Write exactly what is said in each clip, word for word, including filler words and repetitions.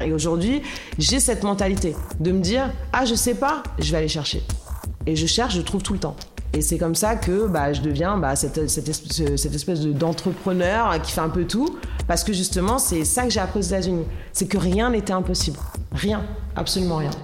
Et aujourd'hui, j'ai cette mentalité de me dire « Ah, je sais pas, je vais aller chercher ». Et je cherche, je trouve tout le temps. Et c'est comme ça que bah, je deviens bah, cette, cette, espèce, cette espèce de, d'entrepreneur qui fait un peu tout. Parce que justement, c'est ça que j'ai appris aux États-Unis. C'est que rien n'était impossible. Rien, absolument rien.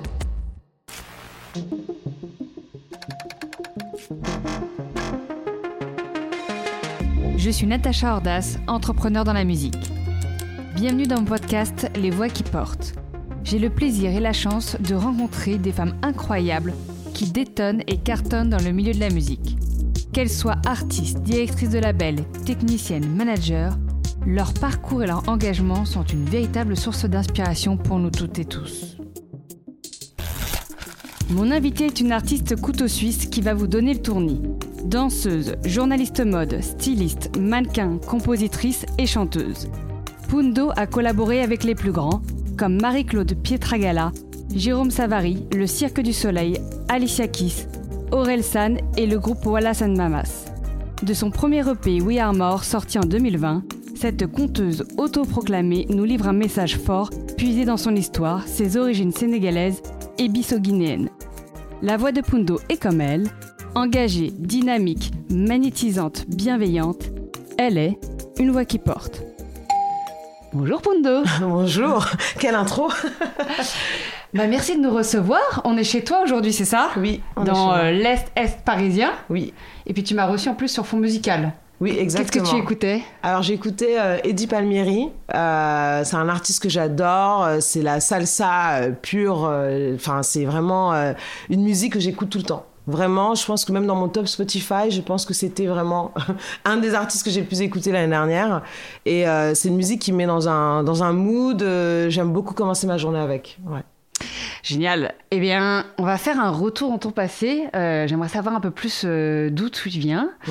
Je suis Natacha Ordas, entrepreneur dans la musique. Bienvenue dans mon podcast Les Voix qui portent. J'ai le plaisir et la chance de rencontrer des femmes incroyables qui détonnent et cartonnent dans le milieu de la musique. Qu'elles soient artistes, directrices de label, techniciennes, managers, leur parcours et leur engagement sont une véritable source d'inspiration pour nous toutes et tous. Mon invitée est une artiste couteau suisse qui va vous donner le tournis. Danseuse, journaliste mode, styliste, mannequin, compositrice et chanteuse. Pundo a collaboré avec les plus grands, comme Marie-Claude Pietragala, Jérôme Savary, le Cirque du Soleil, Alicia Keys, Aurel San et le groupe Wallace and Mamas. De son premier E P We Are More sorti en deux mille vingt, cette conteuse autoproclamée nous livre un message fort puisé dans son histoire, ses origines sénégalaises et bisso-guinéennes. La voix de Pundo est comme elle, engagée, dynamique, magnétisante, bienveillante. Elle est une voix qui porte. Bonjour Pundo. Bonjour, quelle intro. Bah merci de nous recevoir. On est chez toi aujourd'hui, c'est ça ? Oui, on dans est chez euh, l'Est-Est parisien. Oui. Et puis tu m'as reçu en plus sur fond musical. Oui, exactement. Qu'est-ce que tu écoutais ? Alors j'ai écouté euh, Eddie Palmieri. Euh, c'est un artiste que j'adore. C'est la salsa euh, pure. Enfin, euh, c'est vraiment euh, une musique que j'écoute tout le temps. Vraiment, je pense que même dans mon top Spotify, je pense que c'était vraiment un des artistes que j'ai le plus écouté l'année dernière. Et euh, c'est une musique qui me met dans un, dans un mood. Euh, j'aime beaucoup commencer ma journée avec. Ouais. Génial. Eh bien, on va faire un retour dans ton passé. Euh, j'aimerais savoir un peu plus euh, d'où tu viens. Mm-hmm.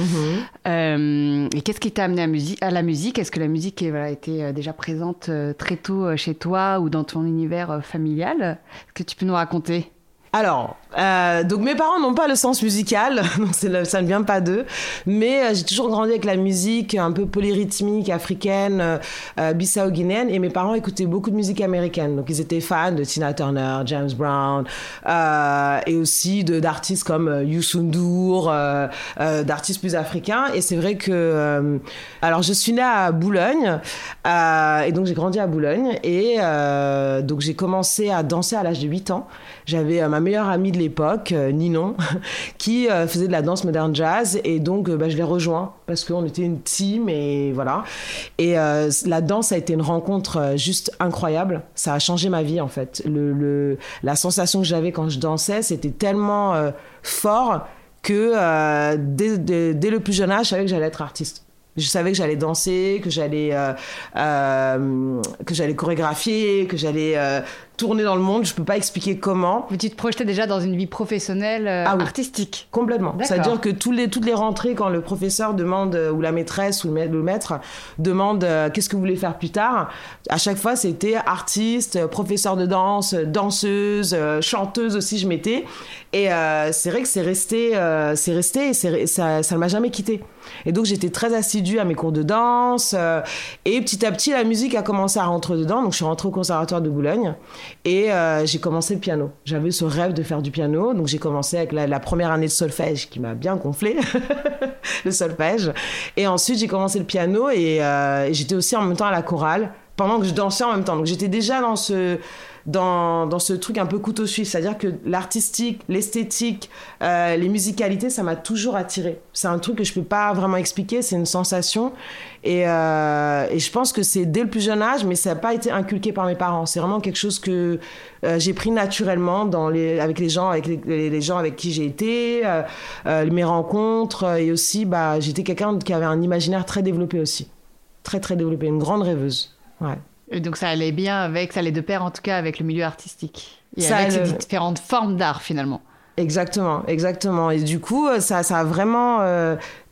Euh, et qu'est-ce qui t'a amené à, musique, à la musique ? Est-ce que la musique est, voilà, était euh, déjà présente euh, très tôt euh, chez toi ou dans ton univers euh, familial ? Est-ce que tu peux nous raconter ? Alors, euh, donc mes parents n'ont pas le sens musical, donc c'est le, ça ne vient pas d'eux, mais euh, j'ai toujours grandi avec la musique un peu polyrythmique, africaine, euh, bissau-guinéenne, et mes parents écoutaient beaucoup de musique américaine, donc ils étaient fans de Tina Turner, James Brown, euh, et aussi de, d'artistes comme euh, Youssou N'Dour, euh, euh, d'artistes plus africains, et c'est vrai que... Euh, alors je suis née à Boulogne, euh, et donc j'ai grandi à Boulogne, et euh, donc j'ai commencé à danser à l'âge de huit ans. J'avais euh, ma meilleure amie de l'époque, euh, Ninon, qui euh, faisait de la danse moderne jazz, et donc euh, bah, je l'ai rejoint parce qu'on était une team et voilà. Et euh, la danse a été une rencontre euh, juste incroyable. Ça a changé ma vie en fait. Le, le, la sensation que j'avais quand je dansais, c'était tellement euh, fort que euh, dès, dès, dès le plus jeune âge, je savais que j'allais être artiste. Je savais que j'allais danser, que j'allais, euh, euh, que j'allais chorégraphier, que j'allais euh, tourner dans le monde. Je peux pas expliquer comment. Mais tu te projetais déjà dans une vie professionnelle euh, ah oui, artistique. Complètement. D'accord. C'est-à-dire que tous les, toutes les rentrées, quand le professeur demande, ou la maîtresse ou le maître demande euh, qu'est-ce que vous voulez faire plus tard, à chaque fois c'était artiste, professeur de danse, danseuse, euh, chanteuse aussi je mettais. Et euh, c'est vrai que c'est resté, euh, c'est resté et c'est, ça, ça ne m'a jamais quitté. Et donc j'étais très assidue à mes cours de danse euh, et petit à petit la musique a commencé à rentrer dedans. Donc je suis rentrée au conservatoire de Boulogne et euh, j'ai commencé le piano. J'avais ce rêve de faire du piano, donc j'ai commencé avec la, la première année de solfège qui m'a bien gonflé, le solfège. Et ensuite j'ai commencé le piano et, euh, et j'étais aussi en même temps à la chorale pendant que je dansais en même temps. Donc j'étais déjà dans ce Dans, dans ce truc un peu couteau suisse, c'est-à-dire que l'artistique, l'esthétique, euh, les musicalités, ça m'a toujours attirée. C'est un truc que je peux pas vraiment expliquer, c'est une sensation. Et, euh, et je pense que c'est dès le plus jeune âge, mais ça n'a pas été inculqué par mes parents. C'est vraiment quelque chose que euh, j'ai pris naturellement dans les, avec les gens, avec les, les gens avec qui j'ai été, euh, euh, mes rencontres. Et aussi, bah, j'étais quelqu'un qui avait un imaginaire très développé aussi. Très, très développé. Une grande rêveuse. Ouais. Et donc ça allait bien avec, ça allait de pair en tout cas avec le milieu artistique et ça avec le... ces différentes formes d'art finalement. Exactement, exactement. Et du coup, ça, ça a vraiment euh,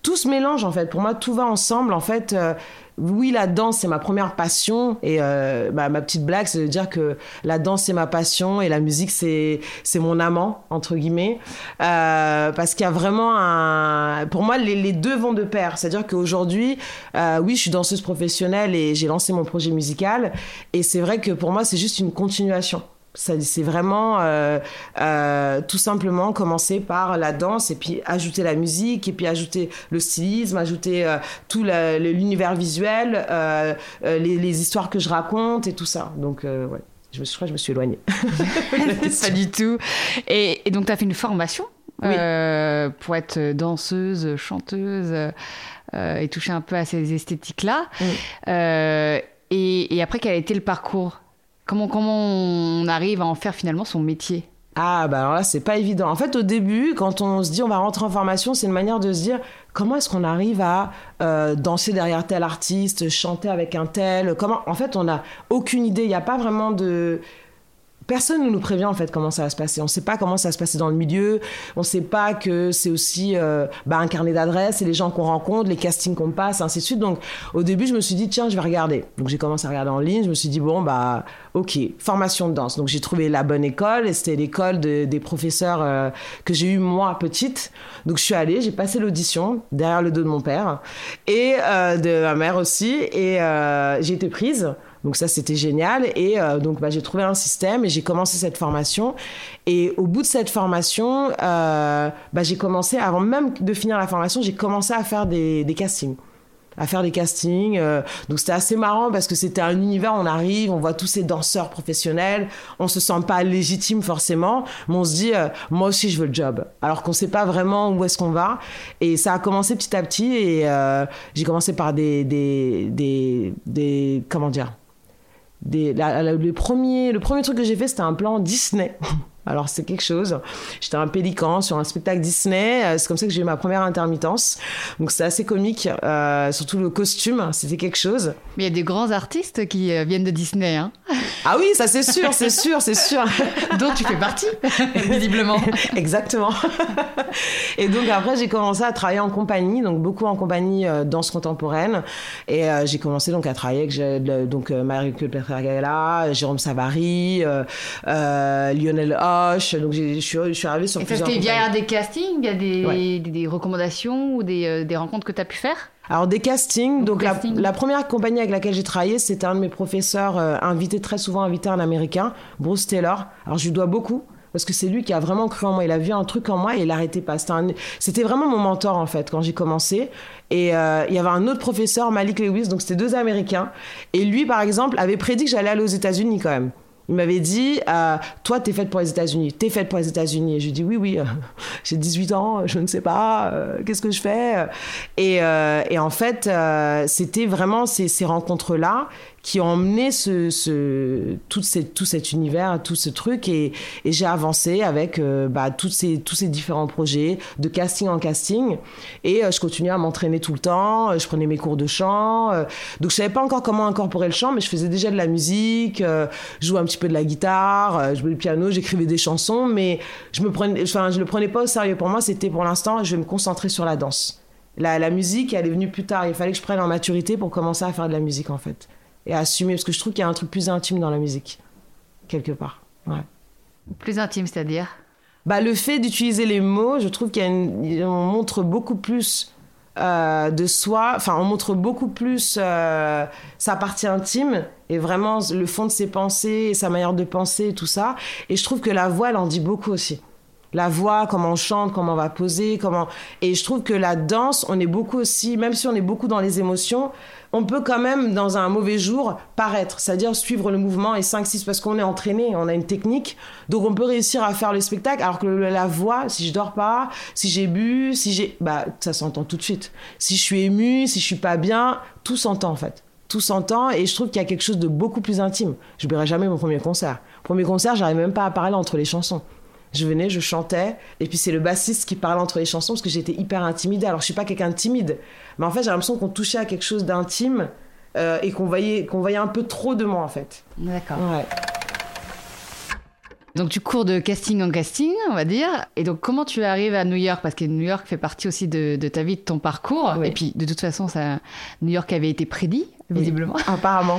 tout se mélange en fait. Pour moi, tout va ensemble en fait. Euh, oui, la danse, c'est ma première passion. Et euh, bah, ma petite blague, c'est de dire que la danse, c'est ma passion et la musique, c'est, c'est mon amant, entre guillemets. Euh, parce qu'il y a vraiment un... Pour moi, les, les deux vont de pair. C'est-à-dire qu'aujourd'hui, euh, oui, je suis danseuse professionnelle et j'ai lancé mon projet musical. Et c'est vrai que pour moi, c'est juste une continuation. Ça, c'est vraiment euh, euh, tout simplement commencer par la danse et puis ajouter la musique et puis ajouter le stylisme, ajouter euh, tout la, l'univers visuel, euh, euh, les, les histoires que je raconte et tout ça. Donc, euh, ouais, je, me, je crois que je me suis éloignée. Pas du tout. Et, et donc, tu as fait une formation oui. euh, pour être danseuse, chanteuse euh, et toucher un peu à ces esthétiques-là. Oui. Euh, et, et après, quel a été le parcours ? Comment, comment on arrive à en faire finalement son métier ? Ah, bah alors là, c'est pas évident. En fait, au début, quand on se dit on va rentrer en formation, c'est une manière de se dire comment est-ce qu'on arrive à euh, danser derrière tel artiste, chanter avec un tel. Comment... En fait, on n'a aucune idée. Il n'y a pas vraiment de... Personne ne nous prévient en fait comment ça va se passer. On ne sait pas comment ça va se passer dans le milieu. On ne sait pas que c'est aussi euh, bah, un carnet d'adresses et les gens qu'on rencontre, les castings qu'on passe, ainsi de suite. Donc au début, je me suis dit tiens, je vais regarder. Donc j'ai commencé à regarder en ligne. Je me suis dit bon bah ok, formation de danse. Donc j'ai trouvé la bonne école et c'était l'école de, des professeurs euh, que j'ai eu moi petite. Donc je suis allée, j'ai passé l'audition derrière le dos de mon père et euh, de ma mère aussi et euh, j'ai été prise. Donc ça, c'était génial. Et euh, donc, bah, j'ai trouvé un système et j'ai commencé cette formation. Et au bout de cette formation, euh, bah, j'ai commencé, avant même de finir la formation, j'ai commencé à faire des, des castings. à faire des castings. Euh, donc, c'était assez marrant parce que c'était un univers, on arrive, on voit tous ces danseurs professionnels, on se sent pas légitime forcément, mais on se dit, euh, moi aussi, je veux le job. Alors qu'on sait pas vraiment où est-ce qu'on va. Et ça a commencé petit à petit et euh, j'ai commencé par des, des, des, des comment dire, Des, la, la, le, premier, le premier truc que j'ai fait, c'était un plan Disney. Alors, c'est quelque chose. J'étais un pélican sur un spectacle Disney. C'est comme ça que j'ai eu ma première intermittence. Donc, c'était assez comique. Euh, surtout le costume, c'était quelque chose. Mais il y a des grands artistes qui euh, viennent de Disney, hein. Ah oui, ça c'est sûr, c'est sûr, c'est sûr. Dont tu fais partie, visiblement. Exactement. Et donc, après, j'ai commencé à travailler en compagnie, donc beaucoup en compagnie euh, danse contemporaine. Et euh, j'ai commencé donc à travailler avec euh, donc, euh, Marie-Claude Petragala, Jérôme Savary, euh, euh, Lionel Hoche. Donc, j'ai, je, suis, je suis arrivée sur et plusieurs compagnies. Et ça, c'était via des castings, il y a des, ouais. des, des recommandations ou des, euh, des rencontres que tu as pu faire ? Alors, des castings. Donc, la, casting. la première compagnie avec laquelle j'ai travaillé, c'était un de mes professeurs euh, invités, très souvent invité, un Américain, Bruce Taylor. Alors, je lui dois beaucoup. Parce que c'est lui qui a vraiment cru en moi. Il a vu un truc en moi et il n'arrêtait pas. C'était, un... c'était vraiment mon mentor, en fait, quand j'ai commencé. Et euh, il y avait un autre professeur, Malik Lewis, donc c'était deux Américains. Et lui, par exemple, avait prédit que j'allais aller aux États-Unis quand même. Il m'avait dit, euh, toi, t'es faite pour les États-Unis, t'es faite pour les États-Unis. Et je lui ai dit, oui, oui, euh, j'ai dix-huit ans, je ne sais pas, euh, qu'est-ce que je fais ? Et, euh, et en fait, euh, c'était vraiment ces, ces rencontres-là qui ont emmené ce, ce, tout, ces, tout cet univers, tout ce truc. Et, et j'ai avancé avec euh, bah, tous, ces, tous ces différents projets, de casting en casting. Et euh, je continuais à m'entraîner tout le temps. Je prenais mes cours de chant. Euh, donc, je ne savais pas encore comment incorporer le chant, mais je faisais déjà de la musique. Euh, je jouais un petit peu de la guitare. Euh, je jouais le piano. J'écrivais des chansons. Mais je ne le prenais pas au sérieux. Pour moi, c'était pour l'instant, je vais me concentrer sur la danse. La, la musique, elle est venue plus tard. Il fallait que je prenne en maturité pour commencer à faire de la musique, en fait. Et à assumer, parce que je trouve qu'il y a un truc plus intime dans la musique, quelque part. Ouais. Plus intime, c'est-à-dire ? Bah, le fait d'utiliser les mots, je trouve qu'on montre beaucoup plus euh, de soi, enfin, on montre beaucoup plus euh, sa partie intime, et vraiment le fond de ses pensées, et sa manière de penser, et tout ça. Et je trouve que la voix, elle en dit beaucoup aussi. La voix, comment on chante, comment on va poser, comment... Et je trouve que la danse, on est beaucoup aussi, même si on est beaucoup dans les émotions, on peut quand même, dans un mauvais jour, paraître, c'est-à-dire suivre le mouvement et cinq six, parce qu'on est entraîné, on a une technique, donc on peut réussir à faire le spectacle, alors que la voix, si je dors pas, si j'ai bu, si j'ai... Bah, ça s'entend tout de suite. Si je suis émue, si je suis pas bien, tout s'entend en fait. Tout s'entend, et je trouve qu'il y a quelque chose de beaucoup plus intime. Je n'oublierai jamais mon premier concert. Premier concert, j'arrivais même pas à parler entre les chansons. Je venais, je chantais, et puis c'est le bassiste qui parlait entre les chansons parce que j'étais hyper intimidée. Alors je suis pas quelqu'un de timide, mais en fait j'ai l'impression qu'on touchait à quelque chose d'intime euh, et qu'on voyait, qu'on voyait un peu trop de moi en fait. D'accord. Ouais. Donc tu cours de casting en casting, on va dire. Et donc comment tu arrives à New York? Parce que New York fait partie aussi de, de ta vie, de ton parcours. Oui. Et puis de toute façon, ça, New York avait été prédit, visiblement. Oui, apparemment.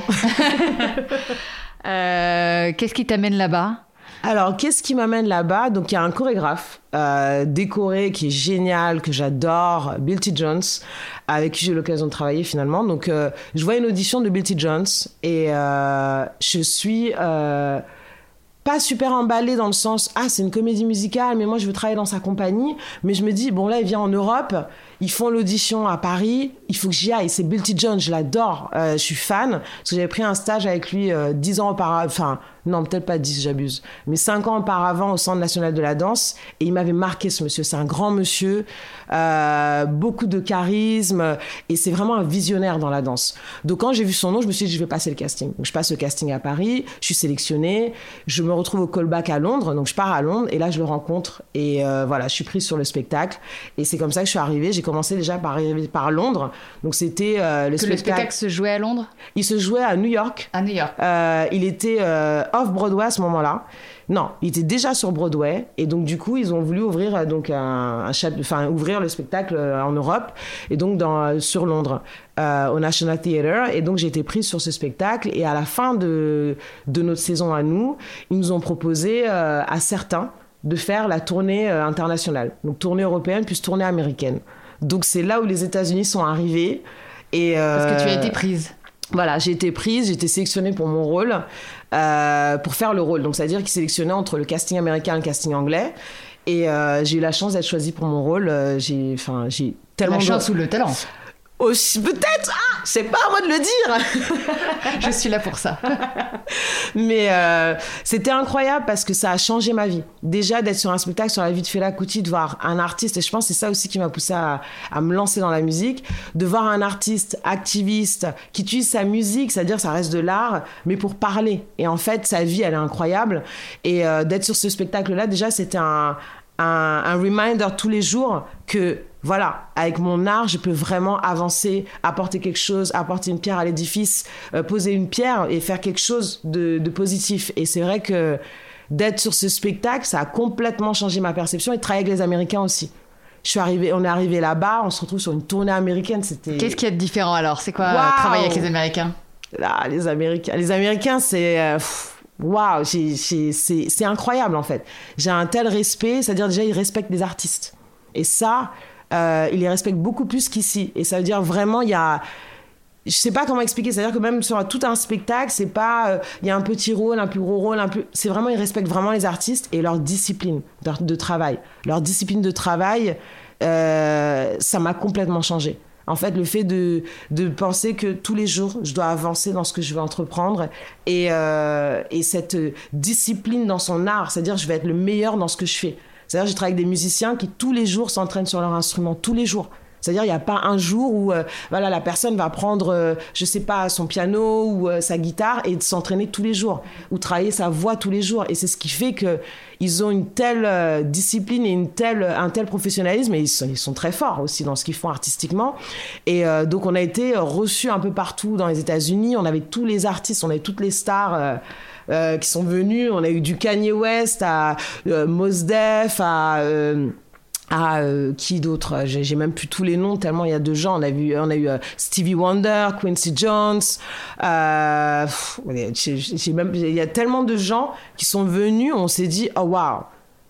euh, qu'est-ce qui t'amène là-bas? Alors, qu'est-ce qui m'amène là-bas? Donc, il y a un chorégraphe euh, décoré qui est génial, que j'adore, Bill T. Jones, avec qui j'ai eu l'occasion de travailler finalement. Donc, euh, je vois une audition de Bill T. Jones et euh, je suis... Euh, pas super emballée dans le sens ah c'est une comédie musicale mais moi je veux travailler dans sa compagnie, mais je me dis bon là il vient en Europe, ils font l'audition à Paris, il faut que j'y aille, c'est Bill T. Jones, je l'adore, euh, je suis fan parce que j'avais pris un stage avec lui euh, dix ans auparavant, enfin non peut-être pas dix, j'abuse, mais cinq ans auparavant au Centre national de la danse, et il m'avait marqué ce monsieur, c'est un grand monsieur, euh, beaucoup de charisme, et c'est vraiment un visionnaire dans la danse. Donc quand j'ai vu son nom, je me suis dit je vais passer le casting. Donc je passe le casting à Paris, je suis sélectionnée, je me retrouve au callback à Londres, donc je pars à Londres et là je le rencontre et euh, voilà, je suis prise sur le spectacle et c'est comme ça que je suis arrivée. J'ai commencé déjà par arriver par Londres, donc c'était euh, le que spectacle. Le spectacle se jouait à Londres? Il se jouait à New York. À New York. Euh, il était euh, off Broadway à ce moment-là. Non, il était déjà sur Broadway et donc du coup ils ont voulu ouvrir donc un, un chap- enfin ouvrir le spectacle en Europe et donc dans sur Londres euh, au National Theatre, et donc j'ai été prise sur ce spectacle et à la fin de de notre saison à nous, ils nous ont proposé euh, à certains de faire la tournée euh, internationale, donc tournée européenne plus tournée américaine. Donc c'est là où les États-Unis sont arrivés et euh, parce que tu as été prise. Voilà, j'ai été prise, j'ai été sélectionnée pour mon rôle, euh, pour faire le rôle. Donc, c'est-à-dire qu'ils sélectionnaient entre le casting américain et le casting anglais. Et euh, j'ai eu la chance d'être choisie pour mon rôle. Euh, j'ai, enfin, j'ai tellement la chance de... ou le talent. Aussi, peut-être, ah, c'est pas à moi de le dire. Je suis là pour ça. Mais euh, c'était incroyable parce que ça a changé ma vie. Déjà, d'être sur un spectacle sur la vie de Fela Kuti, de voir un artiste, et je pense que c'est ça aussi qui m'a poussée à, à me lancer dans la musique, de voir un artiste activiste qui utilise sa musique, c'est-à-dire ça reste de l'art, mais pour parler. Et en fait, sa vie, elle est incroyable. Et euh, d'être sur ce spectacle-là, déjà, c'était un, un, un reminder tous les jours que voilà, avec mon art, je peux vraiment avancer, apporter quelque chose, apporter une pierre à l'édifice, euh, poser une pierre et faire quelque chose de, de positif. Et c'est vrai que d'être sur ce spectacle, ça a complètement changé ma perception, et de travailler avec les Américains aussi. Je suis arrivée, on est arrivé là-bas, on se retrouve sur une tournée américaine. C'était... Qu'est-ce qu'il y a de différent alors? C'est quoi wow. travailler avec les Américains? Là, les Américains, les Américains, c'est... Euh, waouh, c'est, c'est, c'est, c'est incroyable en fait. J'ai un tel respect, c'est-à-dire déjà ils respectent les artistes. Et ça... Euh, ils les respectent beaucoup plus qu'ici. Et ça veut dire vraiment, il y a... Je sais pas comment expliquer. C'est-à-dire que même sur tout un spectacle, c'est pas... Euh, il y a un petit rôle, un plus gros rôle, un plus... C'est vraiment, ils respectent vraiment les artistes et leur discipline de, de travail. Leur discipline de travail, euh, ça m'a complètement changé. En fait, le fait de, de penser que tous les jours, je dois avancer dans ce que je veux entreprendre et, euh, et cette discipline dans son art, c'est-à-dire je vais être le meilleur dans ce que je fais. C'est-à-dire, je travaille avec des musiciens qui, tous les jours, s'entraînent sur leur instrument, tous les jours. C'est-à-dire, il n'y a pas un jour où euh, voilà, la personne va prendre, euh, je ne sais pas, son piano ou euh, sa guitare et s'entraîner tous les jours, ou travailler sa voix tous les jours. Et c'est ce qui fait qu'ils ont une telle euh, discipline et une telle, un tel professionnalisme, et ils sont, ils sont très forts aussi dans ce qu'ils font artistiquement. Et euh, donc, on a été reçus un peu partout dans les États-Unis. On avait tous les artistes, on avait toutes les stars... Euh, Euh, qui sont venus. On a eu du Kanye West à euh, Mos Def à euh, à euh, qui d'autre, j'ai, j'ai même plus tous les noms tellement il y a de gens. On a vu, on a eu euh, Stevie Wonder, Quincy Jones, euh, pff, j'ai, j'ai même, il y a tellement de gens qui sont venus, on s'est dit oh waouh.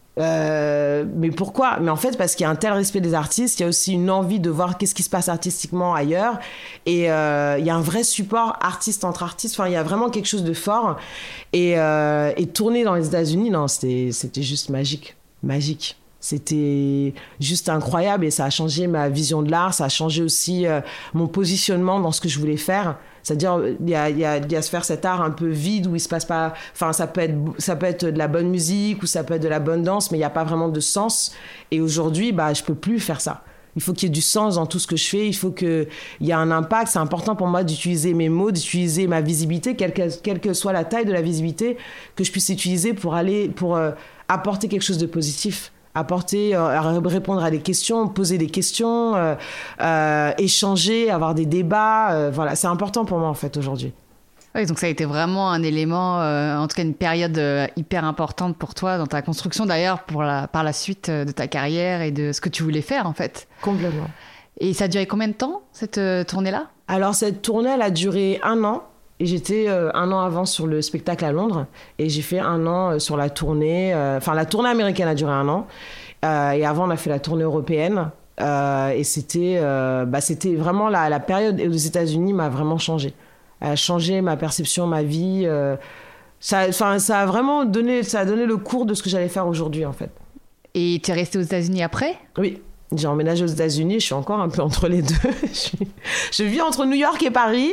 Euh, mais pourquoi? Mais en fait, parce qu'il y a un tel respect des artistes, il y a aussi une envie de voir qu'est-ce qui se passe artistiquement ailleurs, et euh, il y a un vrai support artiste entre artistes. Enfin, il y a vraiment quelque chose de fort. Et, euh, et tourner dans les États-Unis, non, c'était, c'était juste magique, magique. C'était juste incroyable et ça a changé ma vision de l'art, ça a changé aussi euh, mon positionnement dans ce que je voulais faire. C'est-à-dire, il y a, il y a, il y a se faire cet art un peu vide où il se passe pas... Enfin, ça peut être, ça peut être de la bonne musique ou ça peut être de la bonne danse, mais il n'y a pas vraiment de sens. Et aujourd'hui, bah, je peux plus faire ça. Il faut qu'il y ait du sens dans tout ce que je fais. Il faut qu'il y ait un impact. C'est important pour moi d'utiliser mes mots, d'utiliser ma visibilité, quelle que, quelle que soit la taille de la visibilité, que je puisse utiliser pour aller, pour euh, apporter quelque chose de positif. Apporter, euh, répondre à des questions, poser des questions, euh, euh, échanger, avoir des débats. Euh, voilà, c'est important pour moi en fait aujourd'hui. Oui, donc ça a été vraiment un élément, euh, en tout cas une période euh, hyper importante pour toi dans ta construction, d'ailleurs, pour la, par la suite euh, de ta carrière et de ce que tu voulais faire, en fait. Complètement. Et ça a duré combien de temps, cette euh, tournée-là ? Alors, cette tournée, elle a duré un an. Et j'étais euh, un an avant sur le spectacle à Londres. Et j'ai fait un an euh, sur la tournée. Enfin, euh, la tournée américaine a duré un an. Euh, et avant, on a fait la tournée européenne. Euh, et c'était, euh, bah, c'était vraiment la, la période aux États-Unis m'a vraiment changé. Elle a changé ma perception, ma vie. Euh, ça, ça a vraiment donné, ça a donné le cours de ce que j'allais faire aujourd'hui, en fait. Et tu es restée aux États-Unis après ? Oui. J'ai emménagé aux États-Unis, je suis encore un peu entre les deux. je, suis... je vis entre New York et Paris.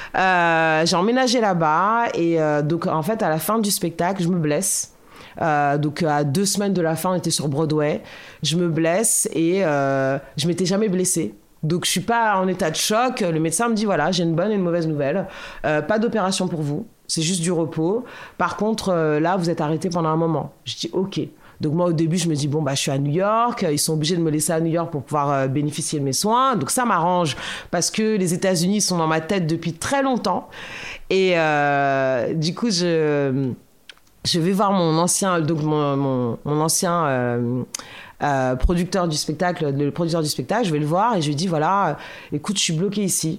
Euh, j'ai emménagé là-bas et euh, donc en fait à la fin du spectacle, je me blesse. Euh, donc à deux semaines de la fin, on était sur Broadway. Je me blesse et euh, je m'étais jamais blessée. Donc je suis pas en état de choc. Le médecin me dit voilà, j'ai une bonne et une mauvaise nouvelle. Euh, pas d'opération pour vous, c'est juste du repos. Par contre, euh, là vous êtes arrêté pendant un moment. Je dis ok. Donc moi, au début, je me dis, bon, bah, je suis à New York. Ils sont obligés de me laisser à New York pour pouvoir euh, bénéficier de mes soins. Donc ça m'arrange parce que les États-Unis sont dans ma tête depuis très longtemps. Et euh, du coup, je, je vais voir mon ancien, donc mon, mon, mon ancien euh, euh, producteur du spectacle, le producteur du spectacle. Je vais le voir et je lui dis, voilà, écoute, je suis bloquée ici.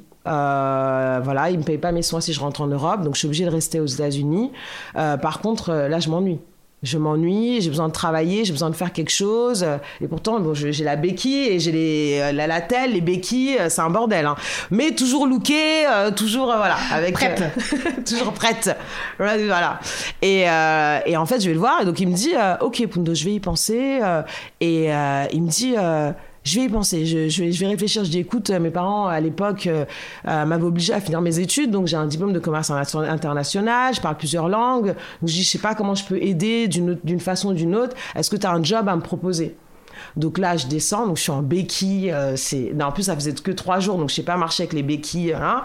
Euh, voilà, il me paye pas mes soins si je rentre en Europe. Donc je suis obligée de rester aux États-Unis. Euh, par contre, là, je m'ennuie. Je m'ennuie, j'ai besoin de travailler, j'ai besoin de faire quelque chose. Et pourtant, bon, j'ai la béquille et j'ai les, la latelle, les béquilles, c'est un bordel. Hein. Mais toujours lookée, euh, toujours, euh, voilà. Avec, prête. Euh, toujours prête. Voilà. Et, euh, et en fait, je vais le voir. Et donc, il me dit, euh, OK, Pundo, je vais y penser. Euh, et euh, il me dit... Euh, Je vais y penser, je, je, vais, je vais réfléchir. Je dis, écoute, mes parents, à l'époque, euh, m'avaient obligée à finir mes études. Donc, j'ai un diplôme de commerce international, je parle plusieurs langues. Donc, je dis, je sais pas comment je peux aider d'une, d'une façon ou d'une autre. Est-ce que tu as un job à me proposer ? Donc là, je descends, donc je suis en béquille. Euh, c'est... Non, en plus, ça faisait que trois jours, donc je sais pas marcher avec les béquilles. Hein.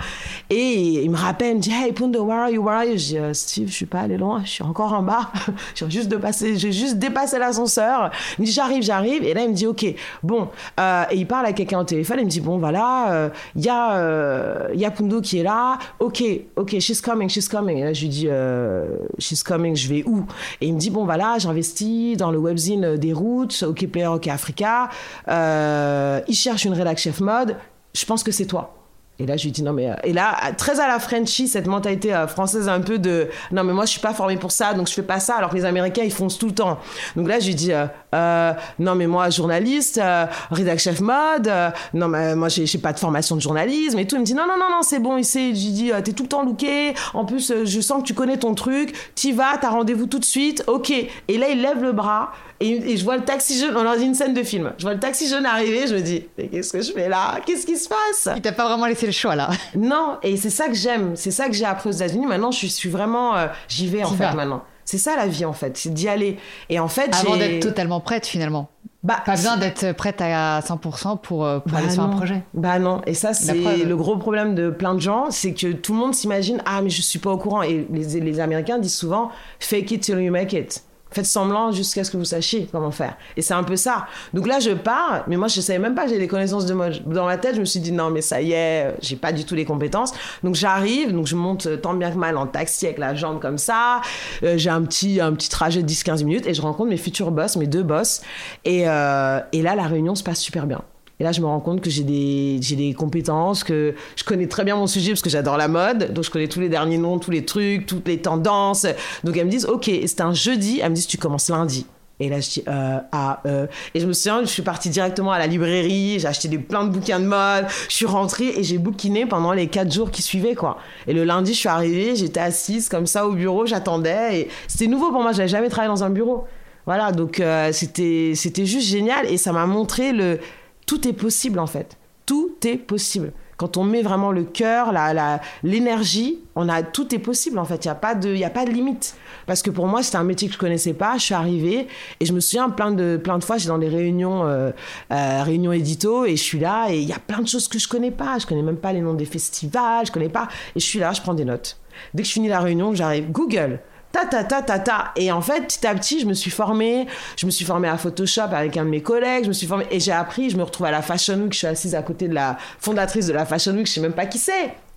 Et il me rappelle, il me dit, hey, Pundo, where are you, where are you? Je dis, euh, Steve, je suis pas allé loin, je suis encore en bas. j'ai, juste de passer, j'ai juste dépassé l'ascenseur. Il me dit, j'arrive, j'arrive. Et là, il me dit, OK, bon. Euh, et il parle à quelqu'un au téléphone, il me dit, bon, voilà, il euh, y, euh, y a Pundo qui est là. OK, OK, she's coming, she's coming. Et là, je lui dis, euh, she's coming, je vais où? Et il me dit, bon, voilà, j'investis dans le webzine des Roots, OK Player, OK Africa, euh, il cherche une rédac chef mode, je pense que c'est toi. Et là, je lui dis non, mais. Et là, très à la Frenchie, cette mentalité euh, française un peu de non, mais moi, je suis pas formée pour ça, donc je fais pas ça, alors que les Américains, ils foncent tout le temps. Donc là, je lui dis euh, euh, non, mais moi, journaliste, euh, rédac chef mode, euh, non, mais moi, j'ai, j'ai pas de formation de journalisme et tout. Il me dit non, non, non, non, c'est bon, il sait. Je lui dis euh, t'es tout le temps looké, en plus, euh, je sens que tu connais ton truc, t'y vas, t'as rendez-vous tout de suite, ok. Et là, il lève le bras. Et, et je vois le taxi jaune, on a une scène de film. Je vois le taxi jaune arriver, je me dis, mais qu'est-ce que je fais là ? Qu'est-ce qui se passe ? Il t'a pas vraiment laissé le choix là. Non, et c'est ça que j'aime, c'est ça que j'ai appris aux États-Unis. Maintenant, je suis vraiment, euh, j'y vais en tu fait vas. maintenant. C'est ça la vie en fait, c'est d'y aller. Et en fait, avant j'ai... d'être totalement prête finalement. Bah, pas besoin d'être prête à cent pour cent pour, pour bah aller non. sur un projet. Bah non, et ça c'est le gros problème de plein de gens, c'est que tout le monde s'imagine, ah mais je suis pas au courant. Et les, les Américains disent souvent, fake it till you make it. Faites semblant jusqu'à ce que vous sachiez comment faire. Et c'est un peu ça. Donc là, je pars, mais moi, je savais même pas que j'ai des connaissances de mode. Dans ma tête, je me suis dit, non, mais ça y est, j'ai pas du tout les compétences. Donc j'arrive, donc je monte tant bien que mal en taxi avec la jambe comme ça. Euh, j'ai un petit, un petit trajet de dix à quinze minutes et je rencontre mes futurs boss, mes deux boss. Et, euh, et là, la réunion se passe super bien. Et là, je me rends compte que j'ai des, j'ai des compétences, que je connais très bien mon sujet parce que j'adore la mode. Donc, je connais tous les derniers noms, tous les trucs, toutes les tendances. Donc, elles me disent, OK, c'est un jeudi. Elles me disent, tu commences lundi. Et là, je dis, euh, ah, euh. Et je me souviens, je suis partie directement à la librairie. J'ai acheté des, plein de bouquins de mode. Je suis rentrée et j'ai bouquiné pendant les quatre jours qui suivaient, quoi. Et le lundi, je suis arrivée, j'étais assise comme ça au bureau, j'attendais. Et c'était nouveau pour moi, je n'avais jamais travaillé dans un bureau. Voilà, donc euh, c'était, c'était juste génial. Et ça m'a montré le... Tout est possible, en fait. Tout est possible. Quand on met vraiment le cœur, la, la, l'énergie, on a, tout est possible, en fait. Il n'y a pas de, il y a pas de limite. Parce que pour moi, c'était un métier que je ne connaissais pas. Je suis arrivée et je me souviens plein de, plein de fois, j'étais dans des réunions, euh, euh, réunions édito et je suis là et il y a plein de choses que je ne connais pas. Je ne connais même pas les noms des festivals, je ne connais pas. Et je suis là, je prends des notes. Dès que je finis la réunion, j'arrive. Google. Ta, ta, ta, ta, ta. Et en fait, petit à petit, je me suis formée. Je me suis formée à Photoshop avec un de mes collègues. Je me suis formée et j'ai appris. Je me retrouve à la Fashion Week. Je suis assise à côté de la fondatrice de la Fashion Week. Je sais même pas qui c'est.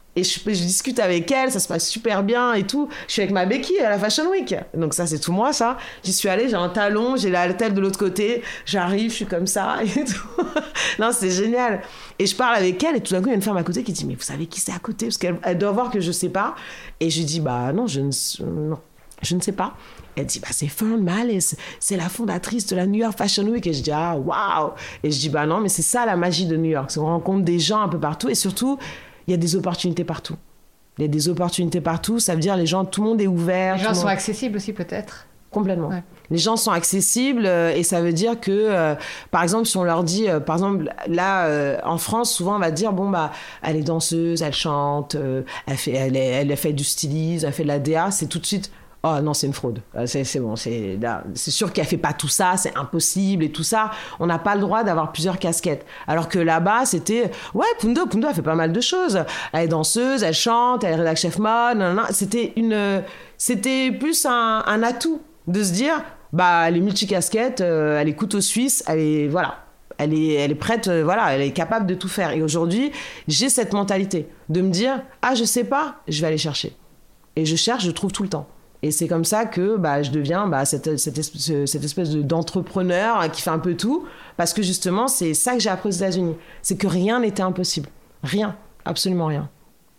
Et je, je discute avec elle, ça se passe super bien et tout. Je suis avec ma béquille à la Fashion Week. Donc ça, c'est tout moi, ça. J'y suis allée, j'ai un talon, j'ai la tête de l'autre côté. J'arrive, je suis comme ça et tout. Non, c'est génial. Et je parle avec elle et tout d'un coup, il y a une femme à côté qui dit « Mais vous savez qui c'est à côté ?» Parce qu'elle elle doit voir que je sais pas. Et je lui dis « Bah non, je ne, non, je ne sais pas. » Elle dit, bah, c'est Fern Malice, c'est la fondatrice de la New York Fashion Week. Et je dis, ah, waouh. Et je dis, bah non, mais c'est ça la magie de New York. C'est qu'on rencontre des gens un peu partout et surtout, il y a des opportunités partout. Il y a des opportunités partout, ça veut dire les gens, tout le monde est ouvert. Les gens sont monde... accessibles aussi peut-être. Complètement. Ouais. Les gens sont accessibles euh, et ça veut dire que, euh, par exemple, si on leur dit, euh, par exemple, là, euh, en France, souvent, on va dire, bon, bah, elle est danseuse, elle chante, euh, elle, fait, elle, est, elle fait du stylisme, elle fait de la D A, c'est tout de suite... Oh non, c'est une fraude. C'est, c'est bon, c'est, là, c'est sûr qu'elle fait pas tout ça, c'est impossible et tout ça. On n'a pas le droit d'avoir plusieurs casquettes. Alors que là-bas, c'était, ouais, Pundo, Pundo, elle fait pas mal de choses. Elle est danseuse, elle chante, elle est rédac chef mode, nanana. C'était une, c'était plus un, un atout de se dire, bah, elle est multicasquette, euh, elle est couteau suisse, elle est, voilà. Elle est, elle est prête, euh, voilà, elle est capable de tout faire. Et aujourd'hui, j'ai cette mentalité de me dire, ah, je sais pas, je vais aller chercher. Et je cherche, je trouve tout le temps. Et c'est comme ça que bah, je deviens bah, cette, cette, espèce, cette espèce de, d'entrepreneur qui fait un peu tout. Parce que justement, c'est ça que j'ai appris aux États-Unis. C'est que rien n'était impossible. Rien. Absolument rien.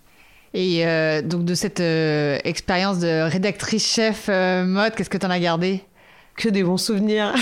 Et euh, donc, de cette euh, expérience de rédactrice-chef euh, mode, qu'est-ce que tu en as gardé ? Que des bons souvenirs.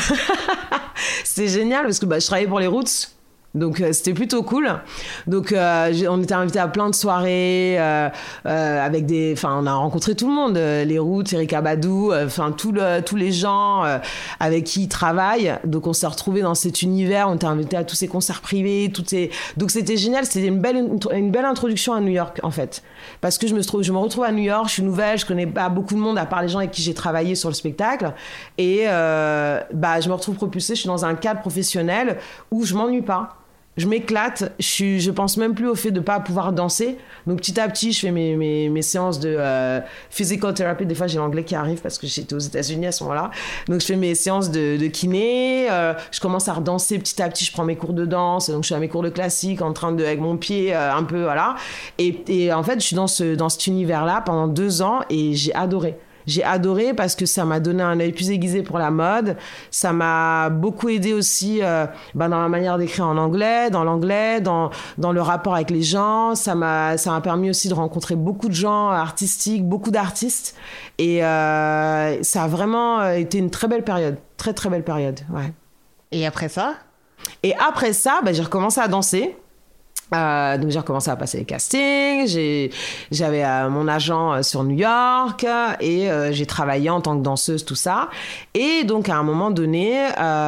C'est génial parce que bah, je travaillais pour les Roots. Donc euh, c'était plutôt cool. Donc euh, on était invités à plein de soirées euh, euh, avec des, enfin on a rencontré tout le monde, euh, les Roots, Erykah Badu, enfin euh, le, tous les gens euh, avec qui ils travaillent. Donc on s'est retrouvés dans cet univers, on était invités à tous ces concerts privés, toutes ces... donc c'était génial. C'était une belle une belle introduction à New York en fait, parce que je me trouve, je me retrouve à New York, je suis nouvelle, je connais pas beaucoup de monde à part les gens avec qui j'ai travaillé sur le spectacle, et euh, bah je me retrouve propulsée. Je suis dans un cadre professionnel où je m'ennuie pas. Je m'éclate, je, suis, je pense même plus au fait de ne pas pouvoir danser. Donc petit à petit, je fais mes, mes, mes séances de euh, physical therapy. Des fois, j'ai l'anglais qui arrive parce que j'étais aux États-Unis à ce moment-là. Donc je fais mes séances de, de kiné. Euh, je commence à redanser petit à petit. Je prends mes cours de danse. Donc je suis à mes cours de classique en train de, avec mon pied euh, un peu, voilà. Et, et en fait, je suis dans, ce, dans cet univers-là pendant deux ans et j'ai adoré. J'ai adoré parce que ça m'a donné un œil plus aiguisé pour la mode. Ça m'a beaucoup aidé aussi euh, bah, dans la manière d'écrire en anglais, dans l'anglais, dans, dans le rapport avec les gens. Ça m'a, ça m'a permis aussi de rencontrer beaucoup de gens artistiques, beaucoup d'artistes. Et euh, ça a vraiment été une très belle période. Très, très belle période, ouais. Et après ça ? Et après ça, bah, j'ai recommencé à danser. Euh, donc j'ai recommencé à passer les castings, j'ai, j'avais euh, mon agent euh, sur New York et euh, j'ai travaillé en tant que danseuse, tout ça. Et donc à un moment donné,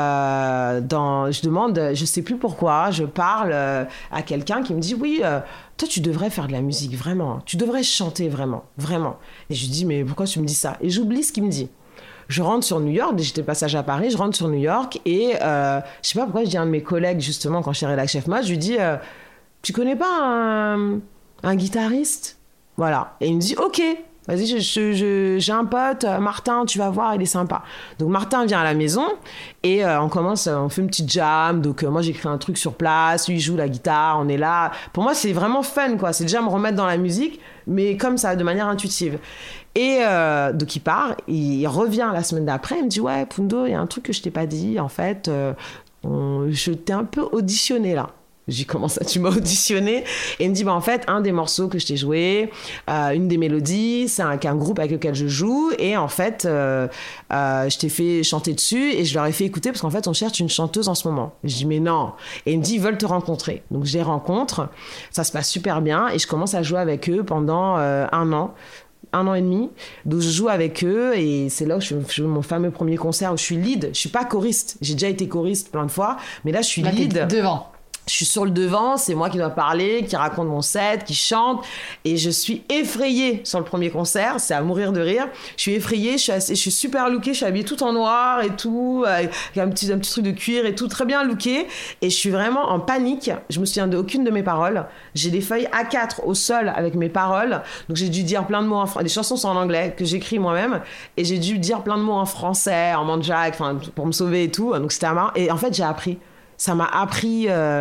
euh, dans, je demande, je sais plus pourquoi, je parle euh, à quelqu'un qui me dit oui, euh, toi tu devrais faire de la musique vraiment, tu devrais chanter vraiment, vraiment. Et je lui dis mais pourquoi tu me dis ça ? Et j'oublie ce qu'il me dit. Je rentre sur New York, j'étais passage à Paris, je rentre sur New York et euh, je sais pas pourquoi je dis à un de mes collègues justement quand je suis rédac chef mode, je lui dis euh, tu connais pas un, un guitariste ? Voilà. Et il me dit, ok, vas-y, je, je, je, j'ai un pote, Martin, tu vas voir, il est sympa. Donc Martin vient à la maison et euh, on commence, on fait une petite jam. Donc euh, moi, j'écris un truc sur place, lui, il joue la guitare, on est là. Pour moi, c'est vraiment fun, quoi. C'est déjà me remettre dans la musique, mais comme ça, de manière intuitive. Et euh, donc il part, il revient la semaine d'après, il me dit, ouais, Pundo, il y a un truc que je t'ai pas dit, en fait, euh, on, je t'ai un peu auditionné là. J'ai dit, comment ça, tu m'as auditionné ? Et il me dit, bah, en fait, un des morceaux que je t'ai joué, euh, une des mélodies, c'est un, un groupe avec lequel je joue. Et en fait, euh, euh, je t'ai fait chanter dessus et je leur ai fait écouter parce qu'en fait, on cherche une chanteuse en ce moment. Je dis, mais non. Et il me dit, ils veulent te rencontrer. Donc, je les rencontre. Ça se passe super bien et je commence à jouer avec eux pendant euh, un an. un an et demi, donc je joue avec eux et c'est là où je fais mon fameux premier concert où je suis lead. Je suis pas choriste. J'ai déjà été choriste plein de fois, mais là, je suis là, lead. Devant. Je suis sur le devant, c'est moi qui dois parler, qui raconte mon set, qui chante. Et je suis effrayée sur le premier concert, c'est à mourir de rire. Je suis effrayée, je suis, assez, je suis super lookée, je suis habillée tout en noir et tout, avec un petit, un petit truc de cuir et tout, très bien lookée. Et je suis vraiment en panique. Je me souviens d'aucune de mes paroles. J'ai des feuilles A quatre au sol avec mes paroles. Donc j'ai dû dire plein de mots en français. Les chansons sont en anglais, que j'écris moi-même. Et j'ai dû dire plein de mots en français, en mandjac, enfin, pour me sauver et tout. Donc c'était marrant. Et en fait, j'ai appris. Ça m'a appris... Euh,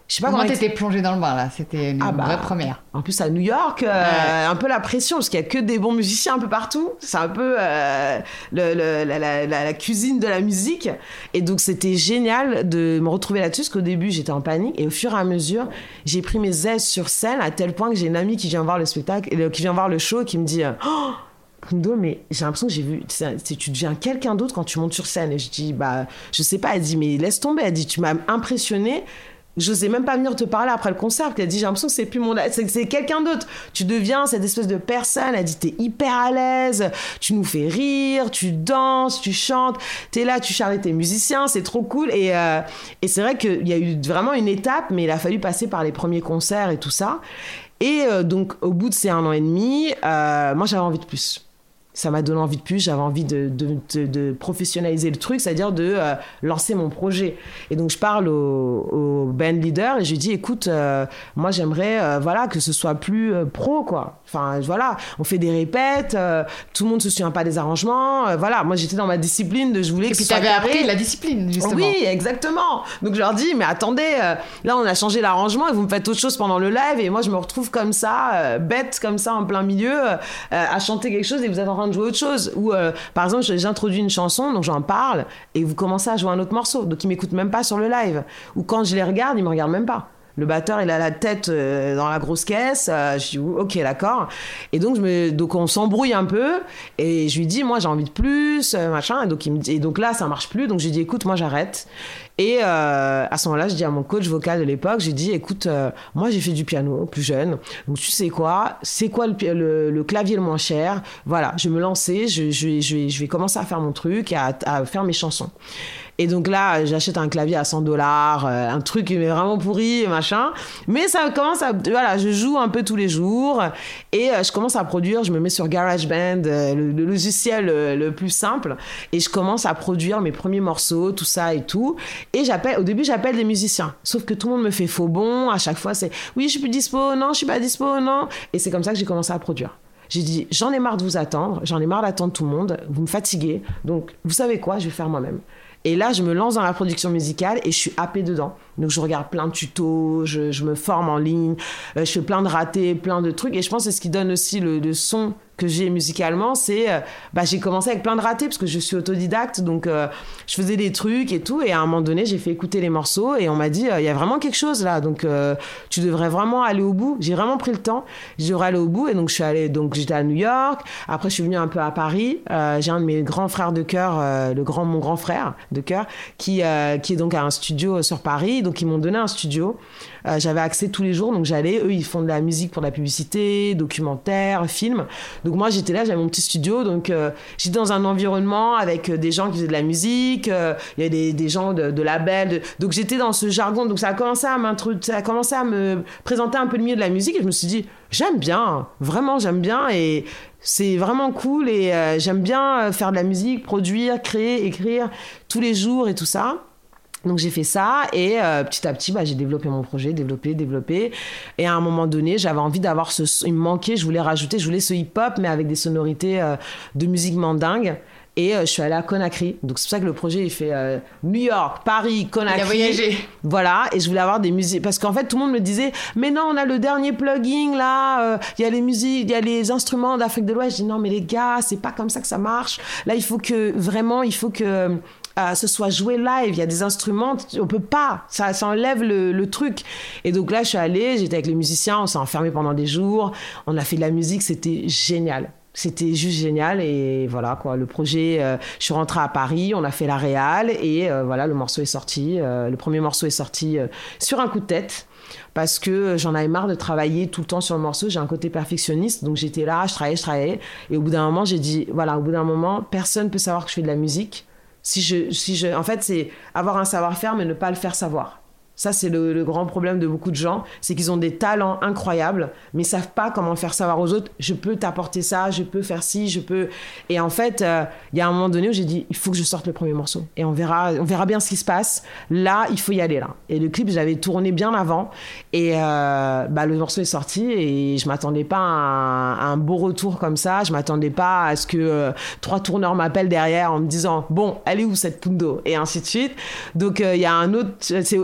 Je sais pas comment comment t'étais plongée dans le bain là, c'était une ah bah, vraie première. En plus à New York, euh, ouais. un peu la pression parce qu'il y a que des bons musiciens un peu partout. C'est un peu euh, le, le, la, la, la, la cuisine de la musique. Et donc c'était génial de me retrouver là-dessus parce qu'au début j'étais en panique et au fur et à mesure j'ai pris mes aises sur scène à tel point que j'ai une amie qui vient voir le spectacle, qui vient voir le show et qui me dit oh, Pundo, mais j'ai l'impression que j'ai vu, c'est, c'est, tu deviens quelqu'un d'autre quand tu montes sur scène. Et je dis bah je sais pas. Elle dit mais laisse tomber. Elle dit tu m'as impressionnée. J'osais même pas venir te parler après le concert. Elle dit j'ai l'impression que c'est plus mon, c'est, c'est quelqu'un d'autre. Tu deviens cette espèce de personne. Elle dit t'es hyper à l'aise, tu nous fais rire, tu danses, tu chantes, t'es là, tu charries tes musiciens, c'est trop cool. Et euh, et c'est vrai qu'il y a eu vraiment une étape, mais il a fallu passer par les premiers concerts et tout ça. Et euh, donc au bout de ces un an et demi, euh, moi j'avais envie de plus. Ça m'a donné envie de plus, j'avais envie de, de, de, de professionnaliser le truc, c'est-à-dire de euh, lancer mon projet. Et donc je parle au, au band leader et je lui dis écoute, euh, moi j'aimerais euh, voilà, que ce soit plus euh, pro, quoi. Enfin voilà, on fait des répètes, euh, tout le monde se souvient pas des arrangements, euh, voilà. Moi j'étais dans ma discipline de je voulais et que puis ce soit t'avais carré. appris la discipline justement. Oui, exactement. Donc je leur dis mais attendez, euh, là on a changé l'arrangement et vous me faites autre chose pendant le live et moi je me retrouve comme ça, euh, bête comme ça en plein milieu, euh, à chanter quelque chose et vous êtes en train de jouer autre chose. Ou euh, par exemple j'introduis une chanson, donc j'en parle et vous commencez à jouer un autre morceau, donc ils m'écoutent même pas sur le live. Ou quand je les regarde, ils me regardent même pas. Le batteur, il a la tête euh, dans la grosse caisse. Euh, je dis, ok, d'accord. Et donc, je me, donc, on s'embrouille un peu. Et je lui dis, moi, j'ai envie de plus, euh, machin. Et donc, il me dit, et donc là, ça marche plus. Donc, je lui dis, écoute, moi, j'arrête. Et euh, à ce moment-là, je dis à mon coach vocal de l'époque, j'ai dit, écoute, euh, moi, j'ai fait du piano plus jeune. Donc, tu sais quoi, c'est quoi le, le, le clavier le moins cher? Voilà, je vais me lancer. Je, je, je, vais, je vais commencer à faire mon truc et à, à faire mes chansons. Et donc là, j'achète un clavier à cent dollars, euh, un truc qui est vraiment pourri, machin. Mais ça commence à... Voilà, je joue un peu tous les jours. Et euh, je commence à produire. Je me mets sur GarageBand, euh, le, le logiciel euh, le plus simple. Et je commence à produire mes premiers morceaux, tout ça et tout. Et j'appelle... Au début, j'appelle des musiciens. Sauf que tout le monde me fait faux bon. À chaque fois, c'est... Oui, je suis plus dispo. Non, je suis pas dispo. Non. Et c'est comme ça que j'ai commencé à produire. J'ai dit, j'en ai marre de vous attendre. J'en ai marre d'attendre tout le monde. Vous me fatiguez. Donc, vous savez quoi? Je vais faire moi-même. Et là, je me lance dans la production musicale et je suis happée dedans. Donc, je regarde plein de tutos, je, je me forme en ligne, euh, je fais plein de ratés, plein de trucs. Et je pense que c'est ce qui donne aussi le, le son que j'ai musicalement, c'est... Euh, bah, j'ai commencé avec plein de ratés parce que je suis autodidacte. Donc, euh, je faisais des trucs et tout. Et à un moment donné, j'ai fait écouter les morceaux et on m'a dit, il euh, y a vraiment quelque chose là. Donc, euh, tu devrais vraiment aller au bout. J'ai vraiment pris le temps. Je devrais aller au bout. Et donc, je suis allée... Donc, j'étais à New York. Après, je suis venue un peu à Paris. Euh, j'ai un de mes grands frères de cœur, euh, le grand, mon grand frère de cœur, qui, euh, qui est donc à un studio sur Paris. Donc, ils m'ont donné un studio. Euh, j'avais accès tous les jours, donc j'allais. Eux, ils font de la musique pour de la publicité, documentaire, film. Donc moi, j'étais là, j'avais mon petit studio. Donc euh, j'étais dans un environnement avec des gens qui faisaient de la musique. Euh, il y avait des, des gens de, de labels. De... Donc j'étais dans ce jargon. Donc ça a commencé à m'introduire, ça a commencé à me présenter un peu le milieu de la musique. Et je me suis dit, j'aime bien, vraiment, j'aime bien. Et c'est vraiment cool. Et euh, j'aime bien faire de la musique, produire, créer, écrire tous les jours et tout ça. Donc j'ai fait ça et euh, petit à petit bah, j'ai développé mon projet, développé, développé et à un moment donné j'avais envie d'avoir ce... Il me manquait, je voulais rajouter, je voulais ce hip-hop mais avec des sonorités euh, de musique mandingue et euh, je suis allée à Conakry. Donc c'est pour ça que le projet il fait euh, New York, Paris, Conakry. Il a voyagé. Voilà, et je voulais avoir des musiques parce qu'en fait tout le monde me disait mais non on a le dernier plugin là, il euh, y a les musiques, il y a les instruments d'Afrique de l'Ouest. Je dis non mais les gars c'est pas comme ça que ça marche. Là il faut que vraiment il faut que Euh, ce soit joué live, il y a des instruments, on peut pas, ça, ça enlève le, le truc. Et donc là, je suis allée, j'étais avec les musiciens, on s'est enfermés pendant des jours, on a fait de la musique, c'était génial. C'était juste génial et voilà quoi, le projet, euh, je suis rentrée à Paris, on a fait la réal et euh, voilà, le morceau est sorti, euh, le premier morceau est sorti euh, sur un coup de tête. Parce que j'en avais marre de travailler tout le temps sur le morceau. J'ai un côté perfectionniste, donc j'étais là, je travaillais, je travaillais. Et au bout d'un moment, j'ai dit, voilà, au bout d'un moment, personne ne peut savoir que je fais de la musique. Si je, si je, en fait, c'est avoir un savoir-faire, mais ne pas le faire savoir. Ça, c'est le, le grand problème de beaucoup de gens, c'est qu'ils ont des talents incroyables, mais ils savent pas comment faire savoir aux autres. Je peux t'apporter ça, je peux faire ci, je peux. Et en fait, il euh, y a un moment donné où j'ai dit, il faut que je sorte le premier morceau, et on verra, on verra bien ce qui se passe. Là, il faut y aller là. Et le clip, j'avais tourné bien avant, et euh, bah, le morceau est sorti, et je m'attendais pas à un, à un beau retour comme ça. Je m'attendais pas à ce que euh, trois tourneurs m'appellent derrière en me disant, bon, elle est où cette Pundo, et ainsi de suite. Donc il euh, y a un autre, c'est, c'est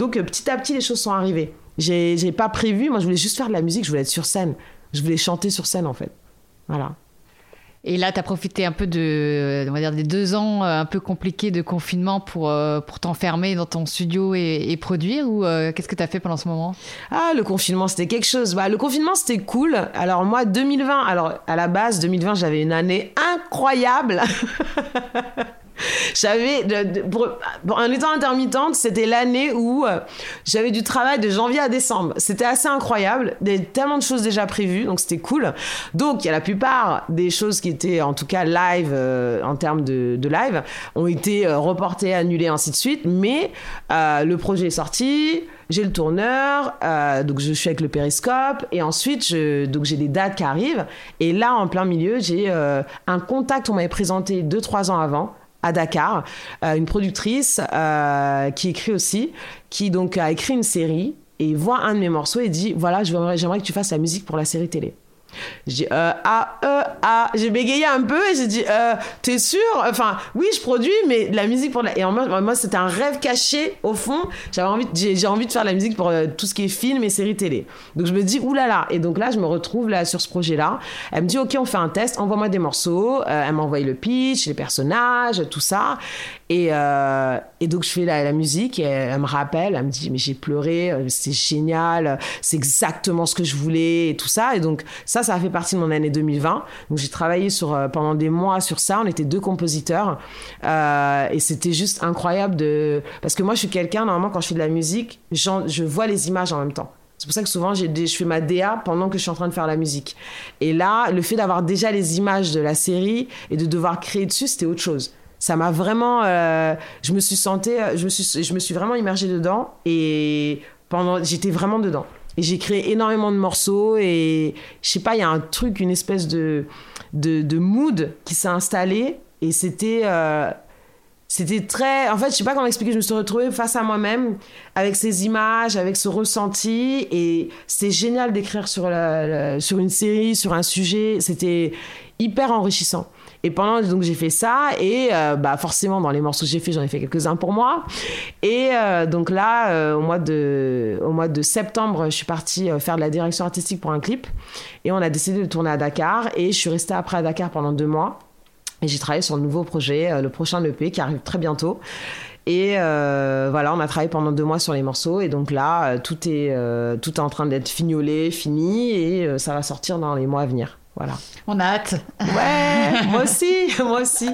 donc, euh, petit à petit, les choses sont arrivées. J'ai, j'ai pas prévu. Moi, je voulais juste faire de la musique. Je voulais être sur scène. Je voulais chanter sur scène, en fait. Voilà. Et là, tu as profité un peu de, on va dire, des deux ans euh, un peu compliqués de confinement pour, euh, pour t'enfermer dans ton studio et, et produire ou euh, qu'est-ce que tu as fait pendant ce moment? Ah, le confinement, c'était quelque chose. Bah, le confinement, c'était cool. Alors moi, deux mille vingt, alors à la base, deux mille vingt, j'avais une année incroyable. J'avais, de, de, pour, pour, en étant intermittente, c'était l'année où euh, j'avais du travail de janvier à décembre. C'était assez incroyable. Il y avait tellement de choses déjà prévues, donc c'était cool. Donc, il y a la plupart des choses qui étaient, en tout cas, live, euh, en termes de, de live, ont été euh, reportées, annulées, ainsi de suite. Mais euh, le projet est sorti. J'ai le tourneur, euh, donc je suis avec le périscope, et ensuite je, donc j'ai des dates qui arrivent. Et là, en plein milieu, j'ai euh, un contact qu'on m'avait présenté deux, trois ans avant, à Dakar, euh, une productrice euh, qui écrit aussi, qui donc a écrit une série et voit un de mes morceaux et dit voilà, j'aimerais, j'aimerais que tu fasses la musique pour la série télé. J'ai dit euh, ah euh, ah j'ai bégayé un peu et j'ai dit euh, t'es sûr, enfin oui je produis mais la musique pour la... et en moi, moi c'était un rêve caché au fond, j'avais envie de, j'ai, j'ai envie de faire de la musique pour euh, tout ce qui est film et séries télé, donc je me dis oulala, et donc là je me retrouve là sur ce projet là, elle me dit ok on fait un test, envoie-moi des morceaux, euh, elle m'a envoyé le pitch, les personnages, tout ça, et, euh, et donc je fais la, la musique et elle, elle me rappelle, elle me dit mais j'ai pleuré, c'est génial, c'est exactement ce que je voulais et tout ça, et donc ça ça a fait partie de mon année deux mille vingt. Donc j'ai travaillé sur, euh, pendant des mois sur ça. On était deux compositeurs euh, et c'était juste incroyable de... Parce que moi je suis quelqu'un, normalement quand je fais de la musique, je vois les images en même temps. C'est pour ça que souvent j'ai des, je fais ma D A pendant que je suis en train de faire la musique. Et là, le fait d'avoir déjà les images de la série et de devoir créer dessus, c'était autre chose. Ça m'a vraiment... Euh, je me suis sentie... Je me suis, je me suis vraiment immergée dedans et pendant, j'étais vraiment dedans. Et j'ai créé énormément de morceaux et je sais pas, il y a un truc, une espèce de, de, de mood qui s'est installé et c'était, euh, c'était très... En fait, je sais pas comment expliquer, je me suis retrouvée face à moi-même avec ces images, avec ce ressenti et c'était génial d'écrire sur, la, la, sur une série, sur un sujet, c'était hyper enrichissant. Et pendant, donc j'ai fait ça et euh, bah forcément dans les morceaux que j'ai fait, j'en ai fait quelques-uns pour moi. Et euh, donc là, euh, au mois de, au mois de septembre, je suis partie faire de la direction artistique pour un clip et on a décidé de tourner à Dakar et je suis restée après à Dakar pendant deux mois et j'ai travaillé sur le nouveau projet, euh, le prochain E P qui arrive très bientôt. Et euh, voilà, on a travaillé pendant deux mois sur les morceaux et donc là, euh, tout est, euh, tout est en train d'être fignolé, fini et euh, ça va sortir dans les mois à venir. Voilà. On a hâte. Ouais, moi aussi, moi aussi.